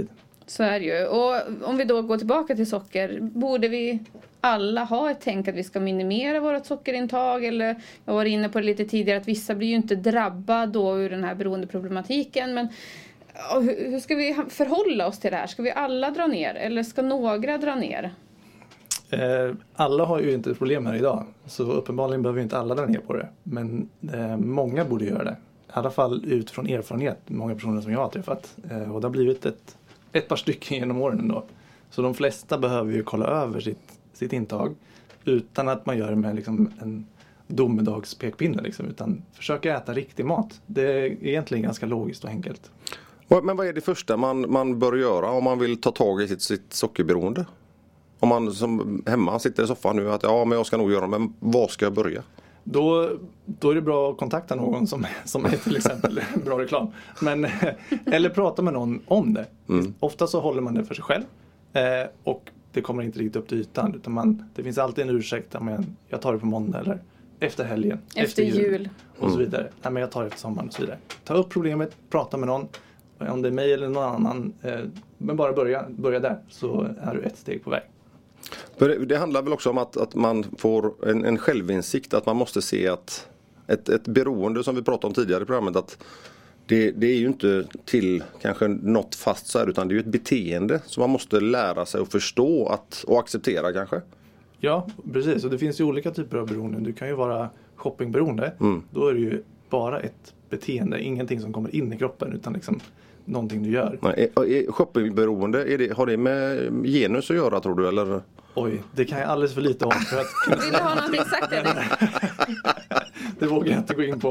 Så är det ju. Och om vi då går tillbaka till socker, borde vi alla ha ett tänk att vi ska minimera vårt sockerintag? Eller jag var inne på det lite tidigare att vissa blir ju inte drabbade då ur den här beroendeproblematiken. Men hur ska vi förhålla oss till det här? Ska vi alla dra ner eller ska några dra ner? Alla har ju inte ett problem här idag. Så uppenbarligen behöver inte alla dra ner på det. Men många borde göra det. I alla fall utifrån erfarenhet. Många personer som jag har träffat. Och det har blivit ett par stycken genom åren ändå. Så de flesta behöver ju kolla över sitt intag. Utan att man gör det med liksom en domedagspekpinne. Liksom, utan försöka äta riktig mat. Det är egentligen ganska logiskt och enkelt. Men vad är det första man bör göra om man vill ta tag i sitt sockerberoende? Om man som hemma sitter i soffan nu att men jag ska nog göra, men var ska jag börja? Då är det bra att kontakta någon som är till exempel bra reklam. Eller prata med någon om det. Ofta så håller man det för sig själv. Och det kommer inte riktigt upp till ytan. Utan det finns alltid en ursäkt. Jag tar det på måndag eller efter helgen. Efter jul. Och så vidare. Men jag tar det efter sommaren och så vidare. Ta upp problemet, prata med någon. Om det är mig eller någon annan. Men bara börja där så är du ett steg på väg. Det handlar väl också om att man får en självinsikt, att man måste se att ett beroende som vi pratade om tidigare i programmet, att det är ju inte till kanske något fast så här, utan det är ju ett beteende som man måste lära sig att förstå och acceptera kanske. Ja, precis. Och det finns ju olika typer av beroenden. Du kan ju vara shoppingberoende. Då är det ju bara ett beteende, ingenting som kommer in i kroppen utan liksom någonting du gör. Shoppingberoende, har det med genus att göra tror du eller? Oj, det kan jag alldeles för lite om. Vill du ha någonting sagt eller? Det vågar jag inte gå in på.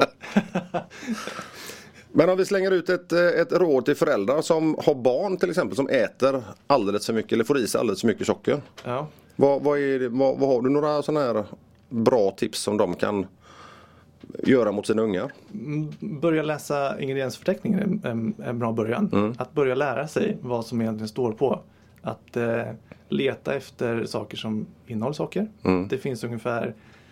Men om vi slänger ut ett råd till föräldrar som har barn till exempel som äter alldeles för mycket eller får i sig alldeles för mycket socker. Ja. Vad har du några sådana här bra tips som de kan göra mot sina ungar? Börja läsa ingrediensförteckningen är en bra början. Att börja lära sig vad som egentligen står på. Att leta efter saker som innehåller socker. Det finns ungefär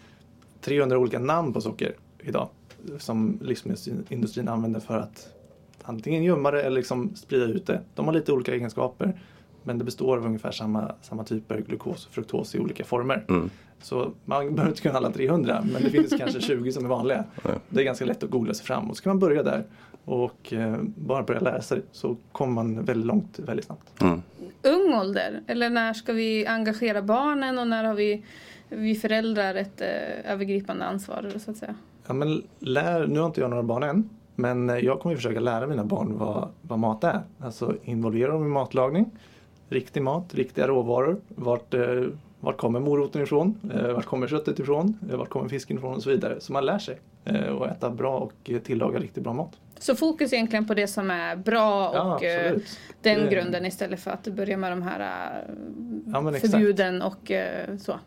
300 olika namn på socker idag. Som livsmedelsindustrin använder för att antingen gömma det eller liksom sprida ut det. De har lite olika egenskaper. Men det består av ungefär samma typer glukos och fruktos i olika former. Så man behöver inte kunna alla 300. Men det finns kanske 20 som är vanliga. Det är ganska lätt att googla sig fram. Och så kan man börja där. Och bara börja lära sig. Så kommer man väldigt långt väldigt snabbt. Ung ålder? Eller när ska vi engagera barnen? Och när har vi föräldrar ett övergripande ansvar så att säga? Ja, men nu har inte jag några barn än. Men jag kommer försöka lära mina barn vad mat är. Alltså involvera dem i matlagning. Riktig mat, riktiga råvaror. Vart kommer moroten ifrån? Vart kommer köttet ifrån? Vart kommer fisken ifrån? Och så vidare. Så man lär sig att äta bra och tillaga riktigt bra mat. Så fokus egentligen på det som är bra och den grunden istället för att börja med de här förbuden och så.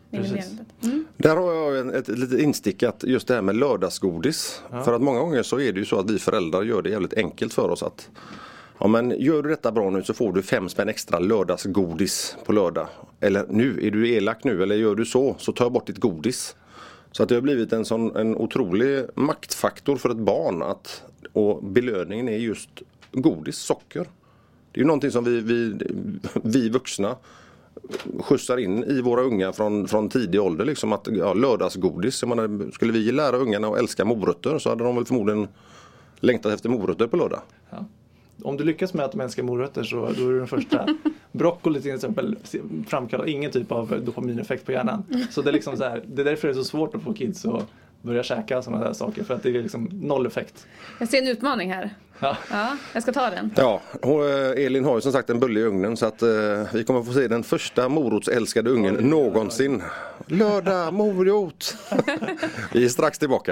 Där har jag ett litet instickat just det här med lördagsgodis. För att många gånger så är det ju så att vi föräldrar gör det jävligt enkelt för oss att men gör du detta bra nu så får du 5 spänn extra lördagsgodis på lördag. Eller nu, är du elak nu eller gör du så tar jag bort ditt godis. Så att det har blivit en otrolig maktfaktor för ett barn och belöningen är just godis, socker. Det är ju någonting som vi vuxna skjutsar in i våra unga från tidig ålder. Liksom att lördagsgodis, jag menar, skulle vi lära ungarna att älska morötter så hade de väl förmodligen längtat efter morötter på lördag. Ja. Om du lyckas med att de älskar morötter så då är du den första. Broccoli till exempel framkallar ingen typ av dopamineffekt på hjärnan. Så det är liksom så här, det är därför det är så svårt att få kids att börja käka sådana där saker. För att det är liksom noll effekt. Jag ser en utmaning här. Ja, jag ska ta den. Ja, Elin har ju som sagt en bulle i ugnen så att vi kommer få se den första morotsälskade ungen någonsin. Lördag, morot! Vi är strax tillbaka.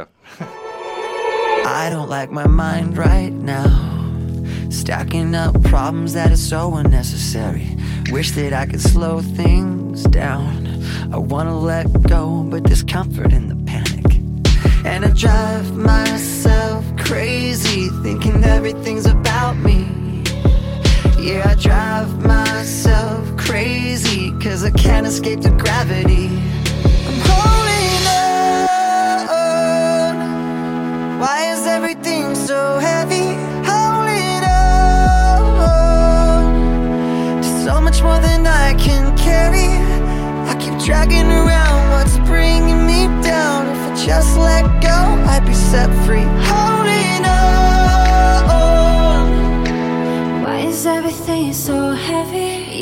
I don't like my mind right now. Stacking up problems that are so unnecessary. Wish that I could slow things down. I wanna let go, but there's comfort in the panic. And I drive myself crazy, thinking everything's about me. Yeah, I drive myself crazy, 'cause I can't escape the gravity. I'm holding on. Why is everything so heavy? Holding on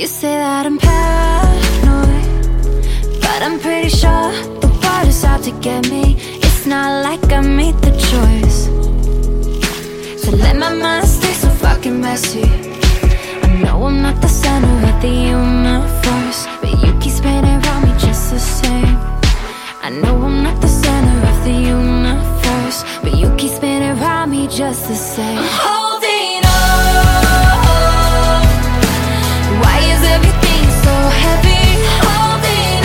You say that I'm paranoid, but I'm pretty sure the world is out to get me. It's not like I made the choice to let my mind stay so fucking messy. I know I'm not the center of the universe, but you keep spinning around me just the same. I know I'm not the center of the universe, but you keep spinning around me just the same. I'm holding on. Why is everything so heavy? Holding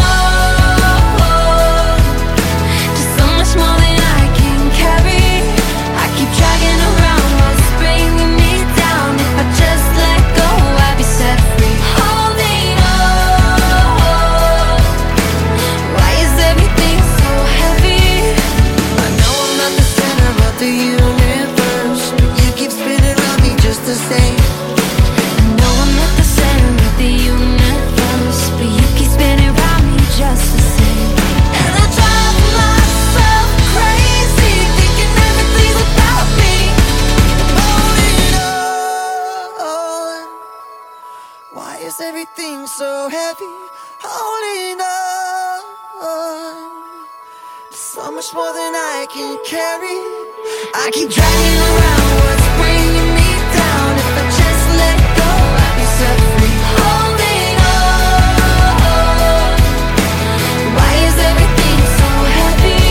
on to so much more than I can carry. I keep dragging around what's bringing me down. If I just let go, I'd be set free. Holding on. Why is everything so heavy? I know I'm not the center of the universe, but you keep spinning around me just the same. I know I'm not the center of the universe, but you keep spinning around me just the same. And I drive myself crazy, thinking everything's about me. Holding on. Why is everything so heavy? Holding on. So much more than I can carry. I keep dragging around what's bringing me down. If I just let go, I'd be set free. Holding on. Why is everything so heavy?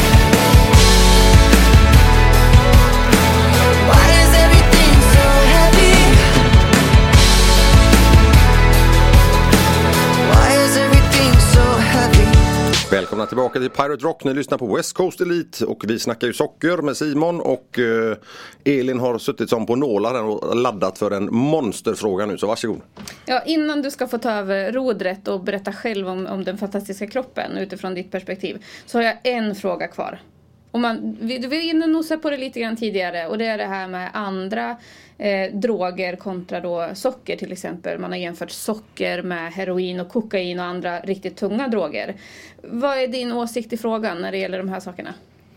Why is everything so heavy? Why is everything so heavy? Välkomna tillbaka till Pirate Rock. Ni lyssnar på West Coast Elite och vi snackar ju socker med Simon och Elin har suttit som på nålar och laddat för en monsterfråga nu, så varsågod. Ja, innan du ska få ta över rodret och berätta själv om den fantastiska kroppen utifrån ditt perspektiv, så har jag en fråga kvar. Du var inne och nosade på det lite grann tidigare, och det är det här med andra droger kontra då socker till exempel. Man har jämfört socker med heroin och kokain och andra riktigt tunga droger. Vad är din åsikt i frågan när det gäller de här sakerna?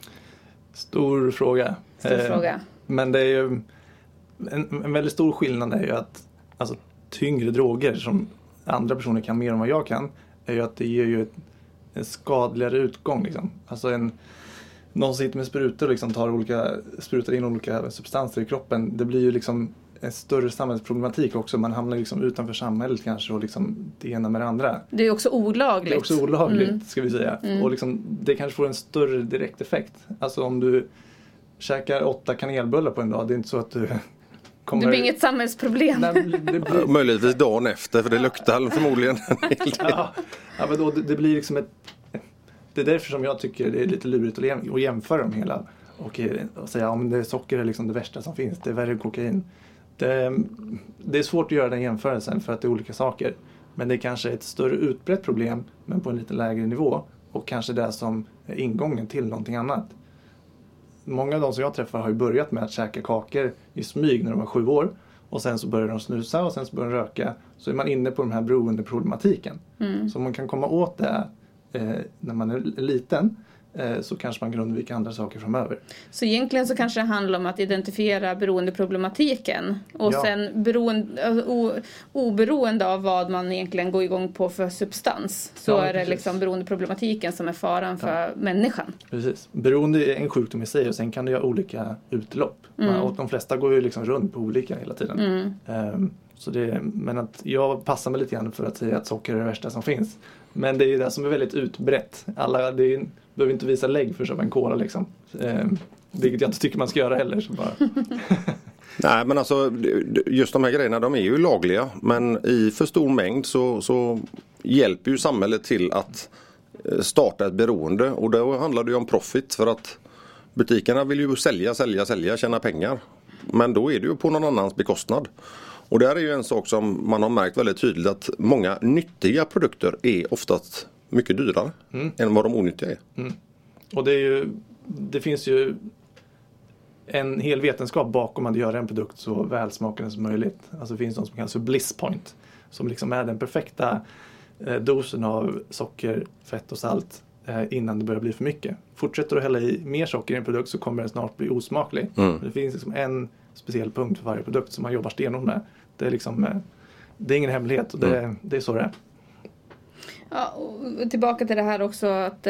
Stor fråga. Fråga. Men det är ju en väldigt stor skillnad är ju att alltså, tyngre droger som andra personer kan mer än vad jag kan, är ju att det ger ju en skadligare utgång liksom. Alltså någon som sitter med sprutor och liksom sprutar in olika substanser i kroppen. Det blir ju liksom en större samhällsproblematik också. Man hamnar liksom utanför samhället kanske och liksom det ena med det andra. Det är också olagligt. Det är också olagligt ska vi säga. Och liksom, det kanske får en större direkt effekt. Alltså om du käkar 8 kanelbullar på en dag, det är inte så att du kommer... Det blir inget samhällsproblem. Nej, det blir... Möjligtvis dagen efter, för det luktar förmodligen. Ja, men då, det blir liksom det är därför som jag tycker det är lite lurigt att jämföra dem hela och säga om det socker är liksom det värsta som finns, det är värre kokain. Det är svårt att göra den jämförelsen för att det är olika saker. Men det är kanske ett större utbrett problem, men på en lite lägre nivå, och kanske det som är ingången till någonting annat. Många av de som jag träffar har ju börjat med att käka kakor i smyg när de var 7 år, och sen så börjar de snusa och sen så börjar de röka. Så är man inne på den här beroendeproblematiken. Så man kan komma åt det när man är liten, så kanske man kan undvika andra saker framöver. Så egentligen så kanske det handlar om att identifiera beroendeproblematiken och sen oberoende av vad man egentligen går igång på för substans, så är det liksom beroendeproblematiken som är faran för människan. Precis. Beroende är en sjukdom i sig, och sen kan det ha olika utlopp. Och de flesta går ju liksom runt på olika hela tiden. Men att jag passar mig lite grann för att säga att socker är det värsta som finns. Men det är ju det som är väldigt utbrett. Alla behöver inte visa lägg för att köpa en cola liksom. Vilket jag inte tycker man ska göra heller. Så bara. Nej, men alltså just de här grejerna, de är ju lagliga. Men i för stor mängd så hjälper ju samhället till att starta ett beroende. Och då handlar det ju om profit, för att butikerna vill ju sälja, tjäna pengar. Men då är det ju på någon annans bekostnad. Och där är ju en sak som man har märkt väldigt tydligt, att många nyttiga produkter är oftast mycket dyrare än vad de onyttiga är. Och det finns ju en hel vetenskap bakom att göra en produkt så välsmakande som möjligt. Alltså det finns något som kallas för bliss point, som liksom är den perfekta dosen av socker, fett och salt innan det börjar bli för mycket. Fortsätter du hälla i mer socker i en produkt så kommer den snart bli osmaklig. Det finns liksom en speciell punkt för varje produkt som man jobbar stenhårt med. Det är liksom det är ingen hemlighet och det är så det är. Ja, och tillbaka till det här också att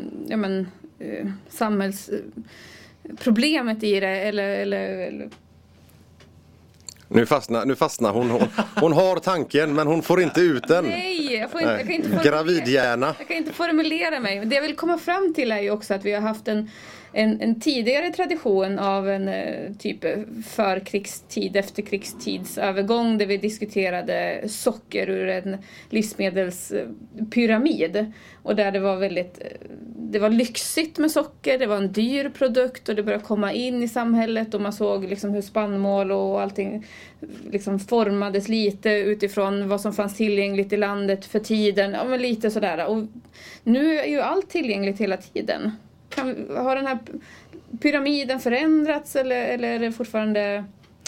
samhällsproblemet i det eller Nu fastnar hon har tanken men hon får inte ut den. Nej, jag kan inte gravidhjärna. Jag kan inte formulera mig. Det jag vill komma fram till är ju också att vi har haft en tidigare tradition av en typ förkrigstid, efterkrigstidsövergång där vi diskuterade socker ur en livsmedelspyramid och där det var lyxigt med socker, det var en dyr produkt och det började komma in i samhället och man såg liksom hur spannmål och allting liksom formades lite utifrån vad som fanns tillgängligt i landet för tiden, ja men lite sådär, och nu är ju allt tillgängligt hela tiden. Har den här pyramiden förändrats eller är det fortfarande...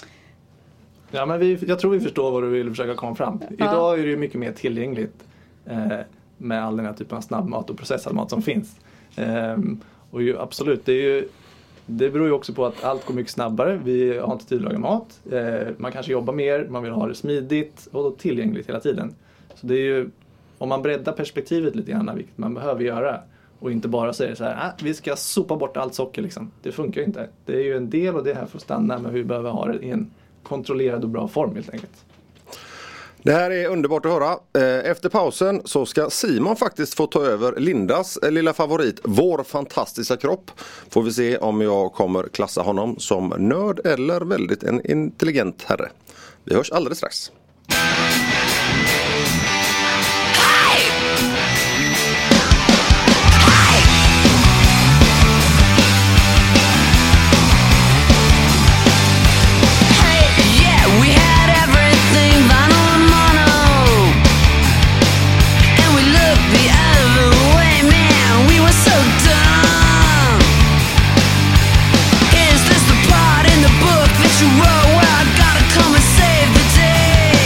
Ja, men jag tror vi förstår vad du vill försöka komma fram. Idag är det ju mycket mer tillgängligt med all den här typen av snabbmat och processad mat som finns. Och ju, absolut, det beror ju också på att allt går mycket snabbare. Vi har inte tid att laga mat. Man kanske jobbar mer, man vill ha det smidigt och tillgängligt hela tiden. Så det är ju, om man breddar perspektivet lite grann, vilket man behöver göra, och inte bara säger så här, vi ska sopa bort allt socker liksom. Det funkar ju inte. Det är ju en del och det här för att stanna, men vi behöver ha det i en kontrollerad och bra form helt enkelt. Det här är underbart att höra. Efter pausen så ska Simon faktiskt få ta över Lindas lilla favorit, Vår fantastiska kropp. Får vi se om jag kommer klassa honom som nörd eller väldigt en intelligent herre. Vi hörs alldeles strax. Is this the part in the book that you wrote where I gotta come and save the day?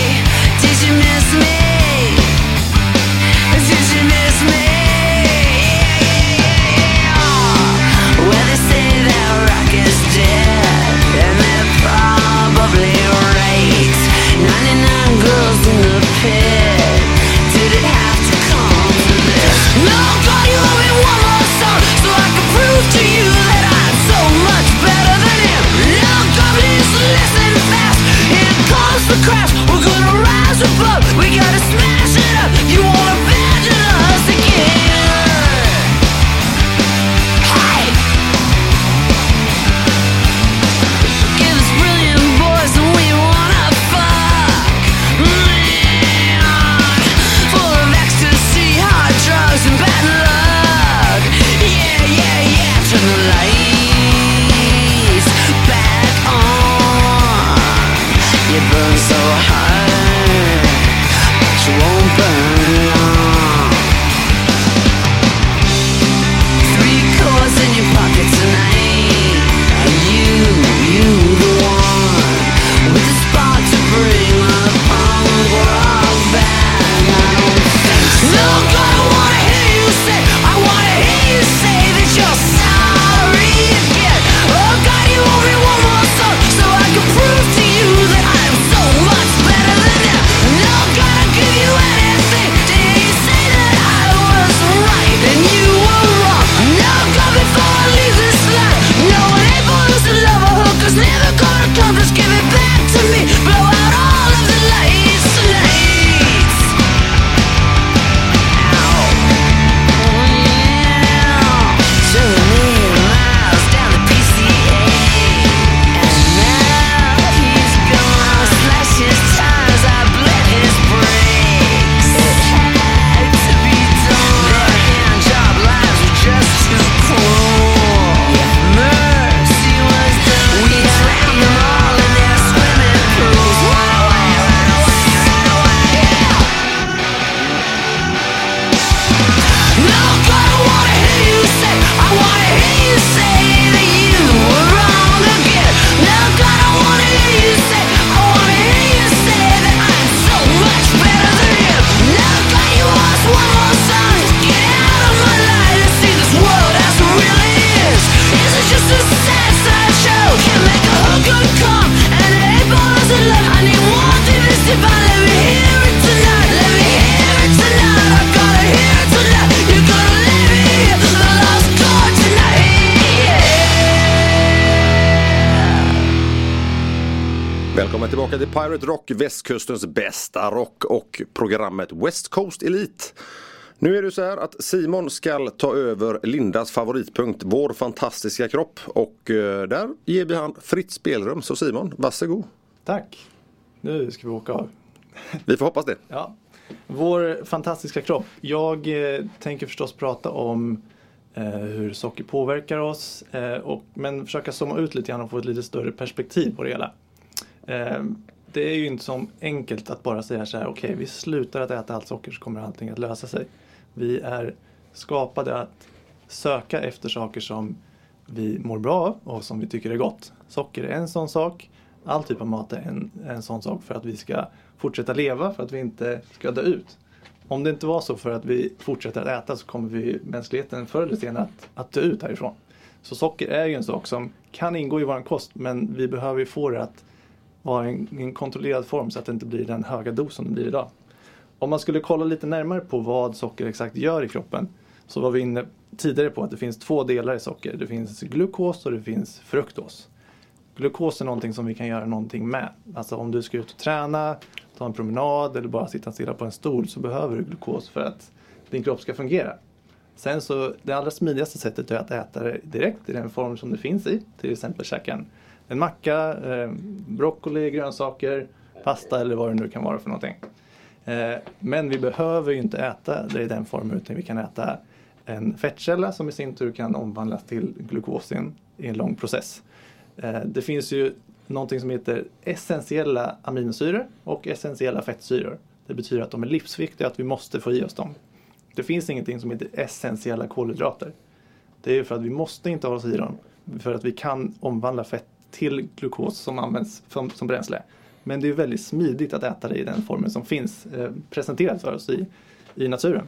Välkommen tillbaka till Pirate Rock, västkustens bästa rock och programmet West Coast Elite. Nu är det så här att Simon ska ta över Lindas favoritpunkt, vår fantastiska kropp. Och där ger vi han fritt spelrum. Så Simon, varsågod. Tack. Nu ska vi åka av. Vi får hoppas det. Ja. Vår fantastiska kropp. Jag tänker förstås prata om hur socker påverkar oss. Men försöka zooma ut lite grann och få ett lite större perspektiv på det hela. Det är ju inte så enkelt att bara säga så här: okej, vi slutar att äta allt socker så kommer allting att lösa sig. Vi är skapade att söka efter saker som vi mår bra av och som vi tycker är gott. Socker är en sån sak. All typ av mat är en sån sak för att vi ska fortsätta leva, för att vi inte ska dö ut. Om det inte var så för att vi fortsätter att äta så kommer vi mänskligheten förr eller senare att dö ut härifrån. Så socker är ju en sak som kan ingå i vår kost, men vi behöver ju få det att vara en kontrollerad form så att det inte blir den höga dos som det blir idag. Om man skulle kolla lite närmare på vad socker exakt gör i kroppen, så var vi inne tidigare på att det finns 2 delar i socker. Det finns glukos och det finns fruktos. Glukos är någonting som vi kan göra någonting med. Alltså om du ska ut och träna, ta en promenad eller bara sitta stilla på en stol, så behöver du glukos för att din kropp ska fungera. Sen så, det allra smidigaste sättet är att äta det direkt i den form som det finns i. Till exempel käka en macka, broccoli, grönsaker, pasta eller vad det nu kan vara för någonting. Men vi behöver ju inte äta det i den formen, utan vi kan äta en fettkälla som i sin tur kan omvandlas till glukosen i en lång process. Det finns ju någonting som heter essentiella aminosyror och essentiella fettsyror. Det betyder att de är livsviktiga, att vi måste få i oss dem. Det finns ingenting som heter essentiella kolhydrater. Det är ju för att vi måste inte ha oss i dem, för att vi kan omvandla fett till glukos som används som bränsle. Men det är väldigt smidigt att äta det i den formen som finns presenterat för oss i naturen.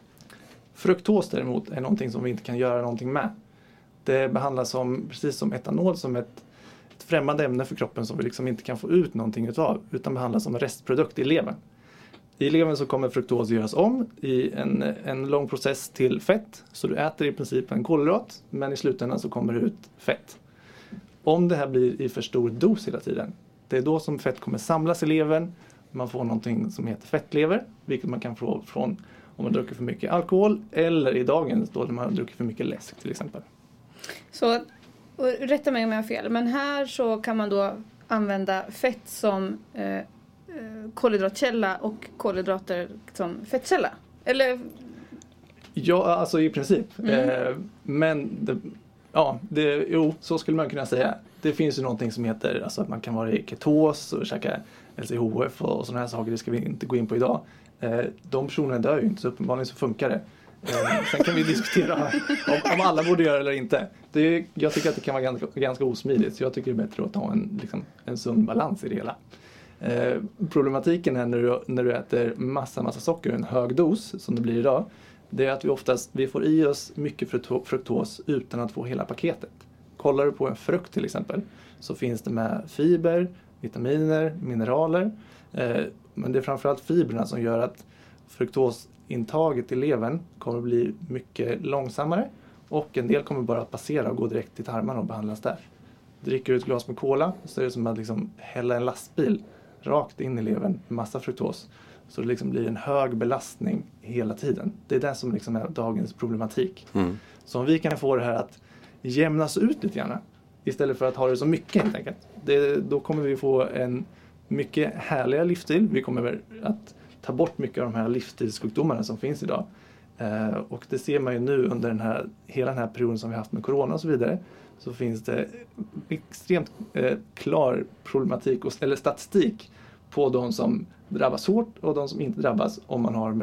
Fruktos däremot är någonting som vi inte kan göra någonting med. Det behandlas precis som etanol, som ett främmande ämne för kroppen som vi liksom inte kan få ut någonting utav, utan behandlas som en restprodukt i levern. I levern så kommer fruktos göras om i en lång process till fett. Så du äter i princip en kolhydrat, men i slutändan så kommer det ut fett. Om det här blir i för stor dos hela tiden, det är då som fett kommer samlas i levern. Man får någonting som heter fettlever, vilket man kan få från om man dricker för mycket alkohol, eller i dagens då när man dricker för mycket läsk till exempel. Så, rätta mig om jag har fel, men här så kan man då använda fett som kolhydratkälla och kolhydrater som fettkälla? Eller? Ja, alltså i princip. Men så skulle man kunna säga. Det finns ju någonting som heter alltså att man kan vara i ketos och käka LCHF och sådana här saker. Det ska vi inte gå in på idag. De personerna dör ju inte, så uppenbarligen så funkar det. Sen kan vi diskutera om alla borde göra det eller inte. Jag tycker att det kan vara ganska osmidigt, så jag tycker det är bättre att ha en sund balans i det hela. Problematiken är när du äter massa socker, en hög dos som det blir idag, det är att vi får i oss mycket fruktos utan att få hela paketet. Kollar du på en frukt till exempel, så finns det med fiber, vitaminer, mineraler. Men det är framförallt fibrerna som gör att fruktosintaget i levern kommer att bli mycket långsammare, och en del kommer bara att passera och gå direkt till tarmarna och behandlas där. Dricker du ett glas med cola, så är det som att liksom hälla en lastbil rakt in i levern med massa fruktos. Så det liksom blir en hög belastning hela tiden. Det är det som liksom är dagens problematik. Så om vi kan få det här att jämnas ut lite grann, istället för att ha det så mycket helt enkelt, då kommer vi få en mycket härligare livsstil. Vi kommer att ta bort mycket av de här livsstilssjukdomarna som finns idag. Och det ser man ju nu under hela den här perioden som vi har haft med corona och så vidare. Så finns det extremt klar problematik eller statistik på de som drabbas hårt och de som inte drabbas om man har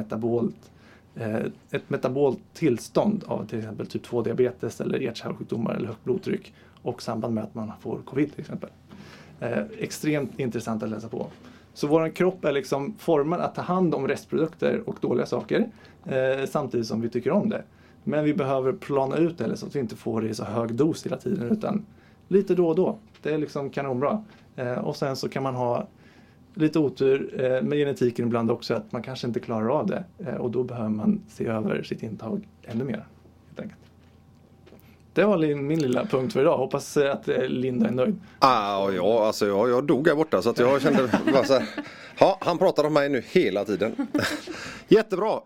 ett metabolt tillstånd av till exempel typ 2-diabetes eller hjärt-kärlsjukdomar eller högt blodtryck, och samband med att man får covid till exempel. Extremt intressant att läsa på. Så vår kropp är liksom formad att ta hand om restprodukter och dåliga saker samtidigt som vi tycker om det. Men vi behöver plana ut det så att vi inte får det i så hög dos hela tiden, utan lite då och då. Det är liksom kanonbra. Och sen så kan man ha lite otur med genetiken ibland också, att man kanske inte klarar av det. Och då behöver man se över sitt intag ännu mer, helt enkelt. Det var min lilla punkt för idag. Hoppas att Linda är nöjd. Jag dog här borta så att jag kände bara så här. Ja, han pratar om mig nu hela tiden. Jättebra.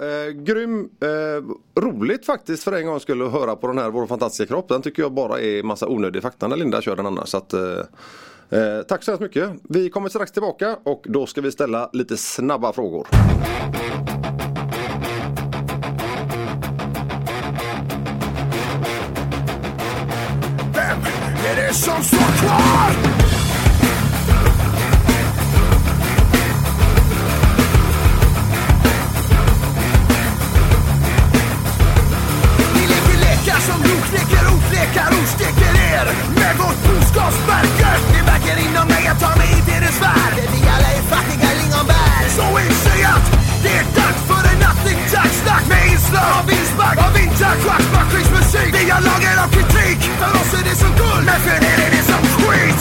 Roligt faktiskt för en gång skulle höra på den här Vår fantastiska kropp. Den tycker jag bara är massa onödig fakta när Linda kör den annars. Så att, tack så hemskt mycket. Vi kommer strax tillbaka och då ska vi ställa lite snabba frågor. Vem är det som står kvar? Som lokleker, otlekar, osteker er med vårt boskapsmärke. Det verkar inom mig att ta mig in till det svär. Vi alla är fattiga lingonbär. Så inse att det är dags för en nattning-tack-snack med inslag av inspark av vinterkvartsmaskinsmusik. Vi har lager av kritik, för oss är det som guld, men för er är det som skit.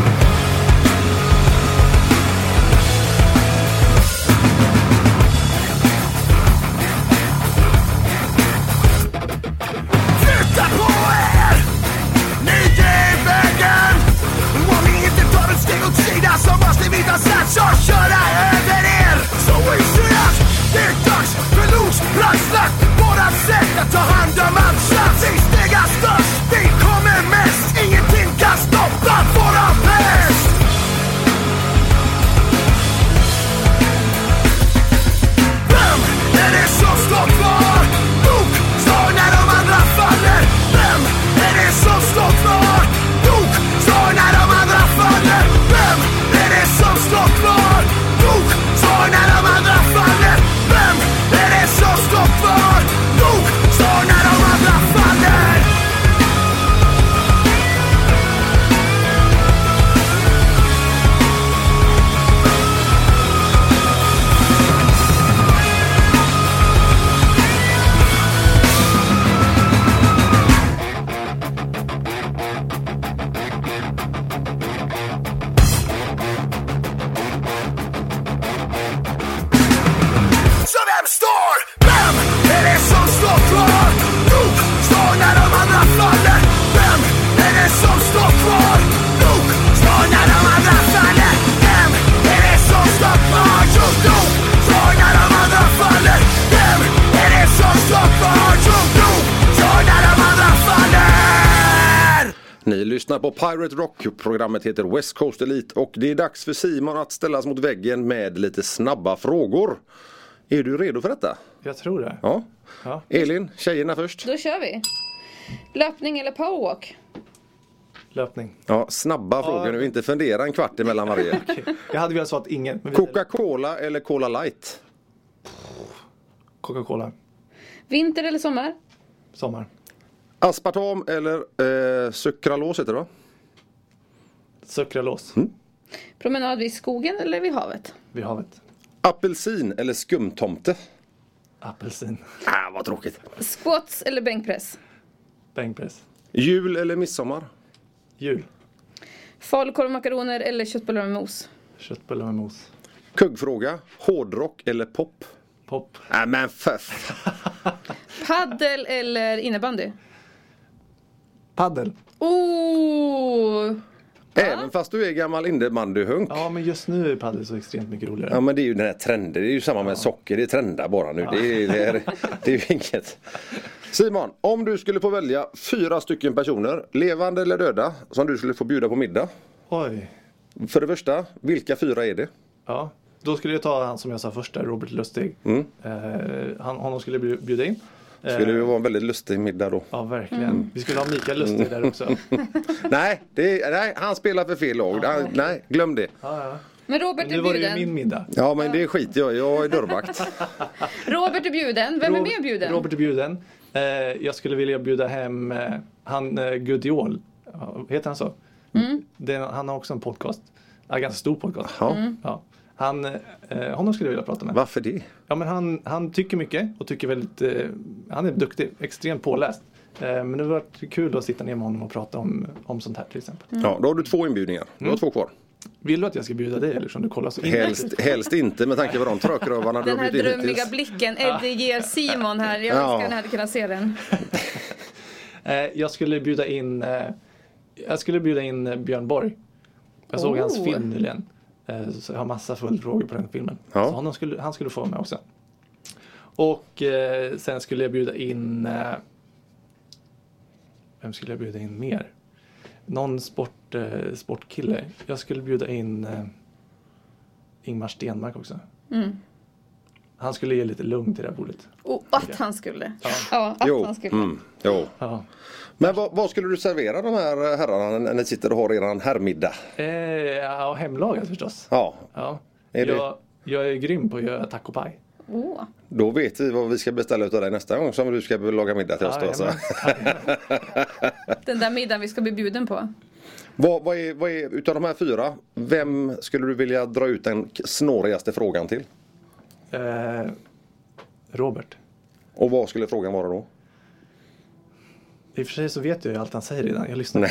På er! Ni är i vägen! Om ni inte tar ett steg åt sidan så måste vi ta sats och köra över er! Så inser att det är dags för losprassnack. Vårat sätt att ta hand om ansats. Vi stegar störst, vi kommer mest. Ingenting kan stoppa våra bäst! Vem är det som står kvar? Bok står när de andra faller. Vem är det som står kvar? Bok står när de andra faller. Vem är det som står kvar? Bok står när de andra faller. Vem är det som står kvar? Bok står när de andra faller. Ni lyssnar på Pirate Rock. Programmet heter West Coast Elite och det är dags för Simon att ställas mot väggen med lite snabba frågor. Är du redo för detta? Jag tror det. Ja. Ja. Elin, tjejerna först. Då kör vi. Löpning eller powerwalk? Löpning. Ja, snabba frågor nu, inte fundera en kvart emellan varje. Okay. Jag hade velat svara ingen. Coca-Cola eller Cola Light? Coca-Cola. Vinter eller sommar? Sommar. Aspartam eller sukralos heter det va? Sukralos. Promenad vid skogen eller vid havet? Vid havet. Apelsin eller skumtomte? Apelsin. Vad tråkigt. Squats eller bänkpress? Bänkpress. Jul eller midsommar? Jul. Falukorvmakaroner eller köttbullar med mos? Köttbullar med mos. Kuggfråga, hårdrock eller pop? Pop. Men Paddel eller innebandy? Paddel. Även fast du är gammal innebandyhunk. Ja, men just nu är paddel så extremt mycket roligare. Ja, men det är ju den här trenden. Det är ju samma med socker. Det är trendar bara nu. Ja. Det är ju inget. Simon, om du skulle få välja 4 stycken personer, levande eller döda, som du skulle få bjuda på middag. Oj. För det första, vilka 4 är det? Ja, då skulle jag ta han som jag sa först där, Robert Lustig. Honom skulle jag bjuda in. Skulle det vara en väldigt lustig middag då? Ja, verkligen. Vi skulle ha Mikael Lustig där också. nej, han spelar för fel lag. Nej, glöm det. Ja. Men Robert är bjuden. Nu var det ju min middag. Ja, men det är skit. Jag är dörrvakt. Robert är bjuden. Vem är mer bjuden? Robert är bjuden. Jag skulle vilja bjuda hem han Gudiol. Heter han så? Han har också en podcast. En ganska stor podcast. Ja. Honom skulle jag vilja prata med. Varför det? Ja, men han tycker mycket och tycker väldigt, han är duktig, extremt påläst. Men det har varit kul att sitta ner med honom och prata om sånt här till exempel. Ja, då har du 2 inbjudningar. Du har 2 kvar. Vill du att jag ska bjuda dig eller som du kollar så helst inte med tanke på de trökrövarna du den har här bjudit drömmiga hittills. blicken Eddie ger Simon här. Jag önskar att ni hade kunnat se den. Jag skulle bjuda in Björn Borg. Jag såg hans film nyligen. Så jag har massa följdfrågor på den filmen. Så han skulle få med också. Och sen skulle jag bjuda in... vem skulle jag bjuda in mer? Någon sportkille. Jag skulle bjuda in Ingmar Stenmark också. Han skulle ge lite lugn till det här bordet. Att han skulle. Han skulle. Ja. Men vad skulle du servera de här herrarna när ni sitter och har eran herrmiddag? Hemlagat förstås. Ja. Jag är grym på att göra tacopaj. Då vet vi vad vi ska beställa utav dig nästa gång som du ska laga middag till oss då. Den där middagen vi ska bli bjuden på. Vad är utav de här 4, vem skulle du vilja dra ut den snårigaste frågan till? Robert. Och vad skulle frågan vara då? I och för sig så vet jag ju allt han säger redan. Jag lyssnar på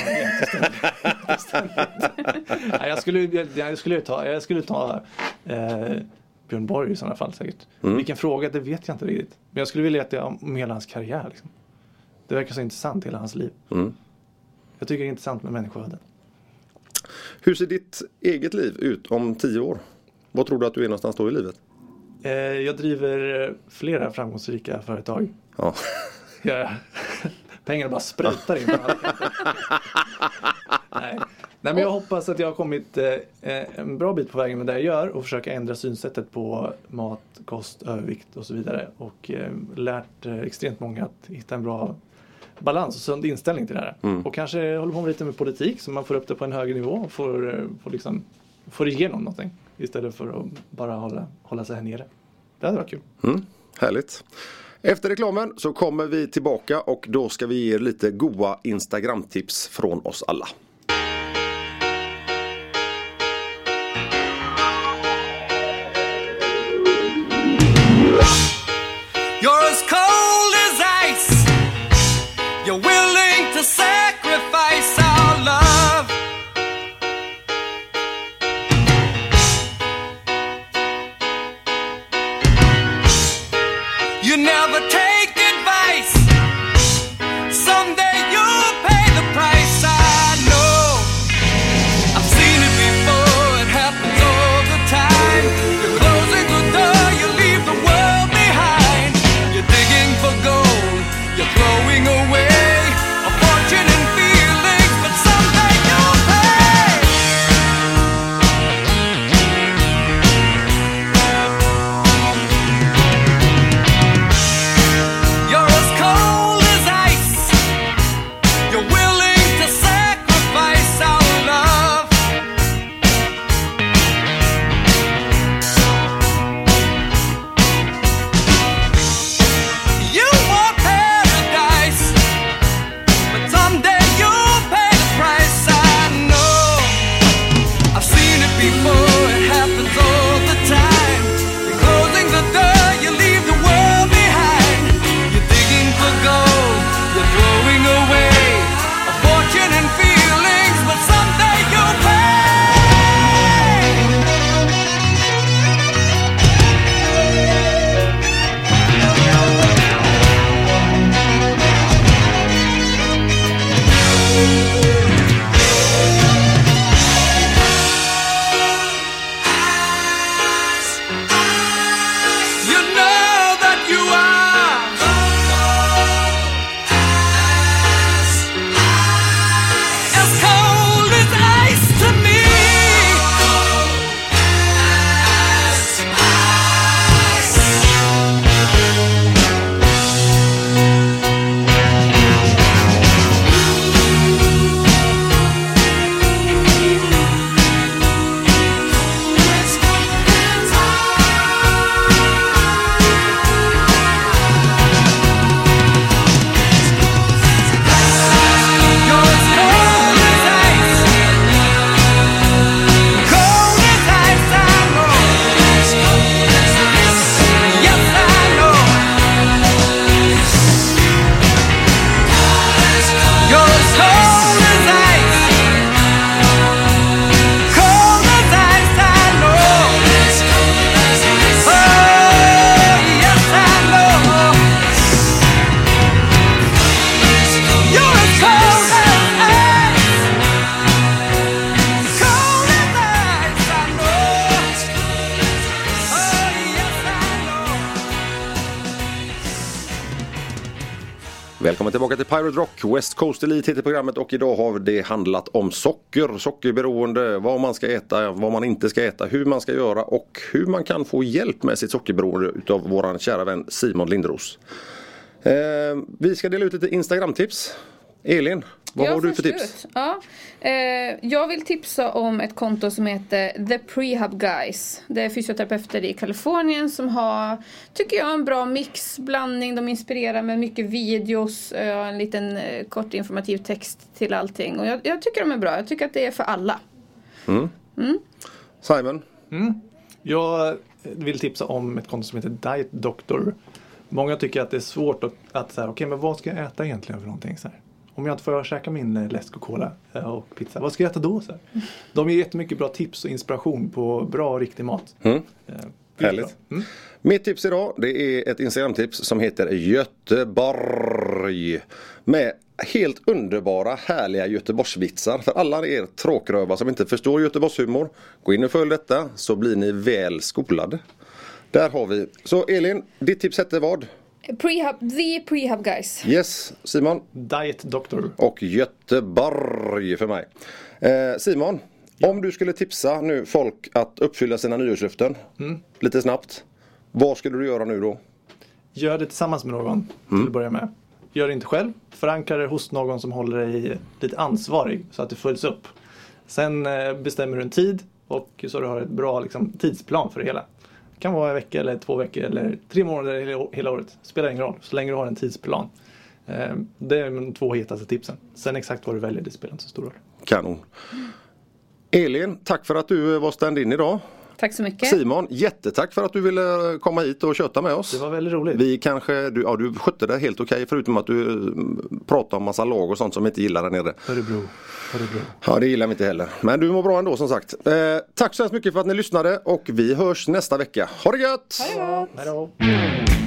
det. Jag skulle ta Björn Borg i sådana fall säkert. Vilken fråga, det vet jag inte riktigt. Men jag skulle vilja veta om hela hans karriär. Liksom. Det verkar så intressant, hela hans liv. Jag tycker det är intressant med människoöden. Hur ser ditt eget liv ut om 10 år? Vad tror du att du är någonstans då i livet? Jag driver flera framgångsrika företag. Ja. Pengarna bara sprutar in. Nej, men jag hoppas att jag har kommit en bra bit på vägen med det jag gör och försöka ändra synsättet på mat, kost, övervikt och så vidare. Och lärt extremt många att hitta en bra balans och sund inställning till det här. Och kanske håller på med lite med politik så man får upp det på en högre nivå och får igenom någonting istället för att bara hålla sig här nere. Det hade varit kul. Härligt. Efter reklamen så kommer vi tillbaka och då ska vi ge er lite goda Instagram-tips från oss alla. You're as cold as ice. You're willing to sacrifice our love. You never take advice. Someday you'll pay the price, I know. tillbaka till Pirate Rock. West Coast Elite heter programmet och idag har det handlat om sockerberoende, vad man ska äta, vad man inte ska äta, hur man ska göra och hur man kan få hjälp med sitt sockerberoende utav våran kära vän Simon Lindros. Vi ska dela ut lite Instagram-tips. Elin, vad har du för tips? Ja, jag vill tipsa om ett konto som heter The Prehab Guys. Det är fysioterapeuter i Kalifornien som har, tycker jag, en bra mixblandning. De inspirerar med mycket videos, en liten kort informativ text till allting. Och jag tycker de är bra. Jag tycker att det är för alla. Simon? Jag vill tipsa om ett konto som heter Diet Doctor. Många tycker att det är svårt att säga, okej, men vad ska jag äta egentligen för någonting så här? Om jag inte får käka min läsk och cola och pizza, vad ska jag äta då? Så här? De ger jättemycket bra tips och inspiration på bra och riktig mat. Härligt. Mitt tips idag, det är ett Instagram-tips som heter Göteborg. Med helt underbara, härliga Göteborgsvitsar. För alla er tråkrövar som inte förstår Göteborgshumor, gå in och följ detta så blir ni väl skolade. Där har vi. Så Elin, ditt tips hette vad? The Prehab Guys. Yes, Simon? Diet Doctor. Och Göteborg för mig. Simon, om du skulle tipsa nu folk att uppfylla sina nyårslöften lite snabbt, vad skulle du göra nu då? Gör det tillsammans med någon till att börja med. Gör det inte själv. Förankra det hos någon som håller dig lite ansvarig så att det följs upp. Sen bestämmer du en tid och så du har ett bra tidsplan för det hela. Det kan vara en vecka eller 2 veckor eller 3 månader hela året. Spelar ingen roll, så länge du har en tidsplan. Det är de 2 hetaste tipsen. Sen exakt vad du väljer, det spelar inte så stor roll. Kanon. Elin, tack för att du var stand-in idag. Tack så mycket. Simon, jättetack för att du ville komma hit och köta med oss. Det var väldigt roligt. Du skötte det helt okej förutom att du pratade om massa lag och sånt som vi inte gillar där nere. Örebro. Ja, det gillar vi inte heller. Men du mår bra ändå som sagt. Tack så hemskt mycket för att ni lyssnade och vi hörs nästa vecka. Ha det gött! Ha det gott! Hej då!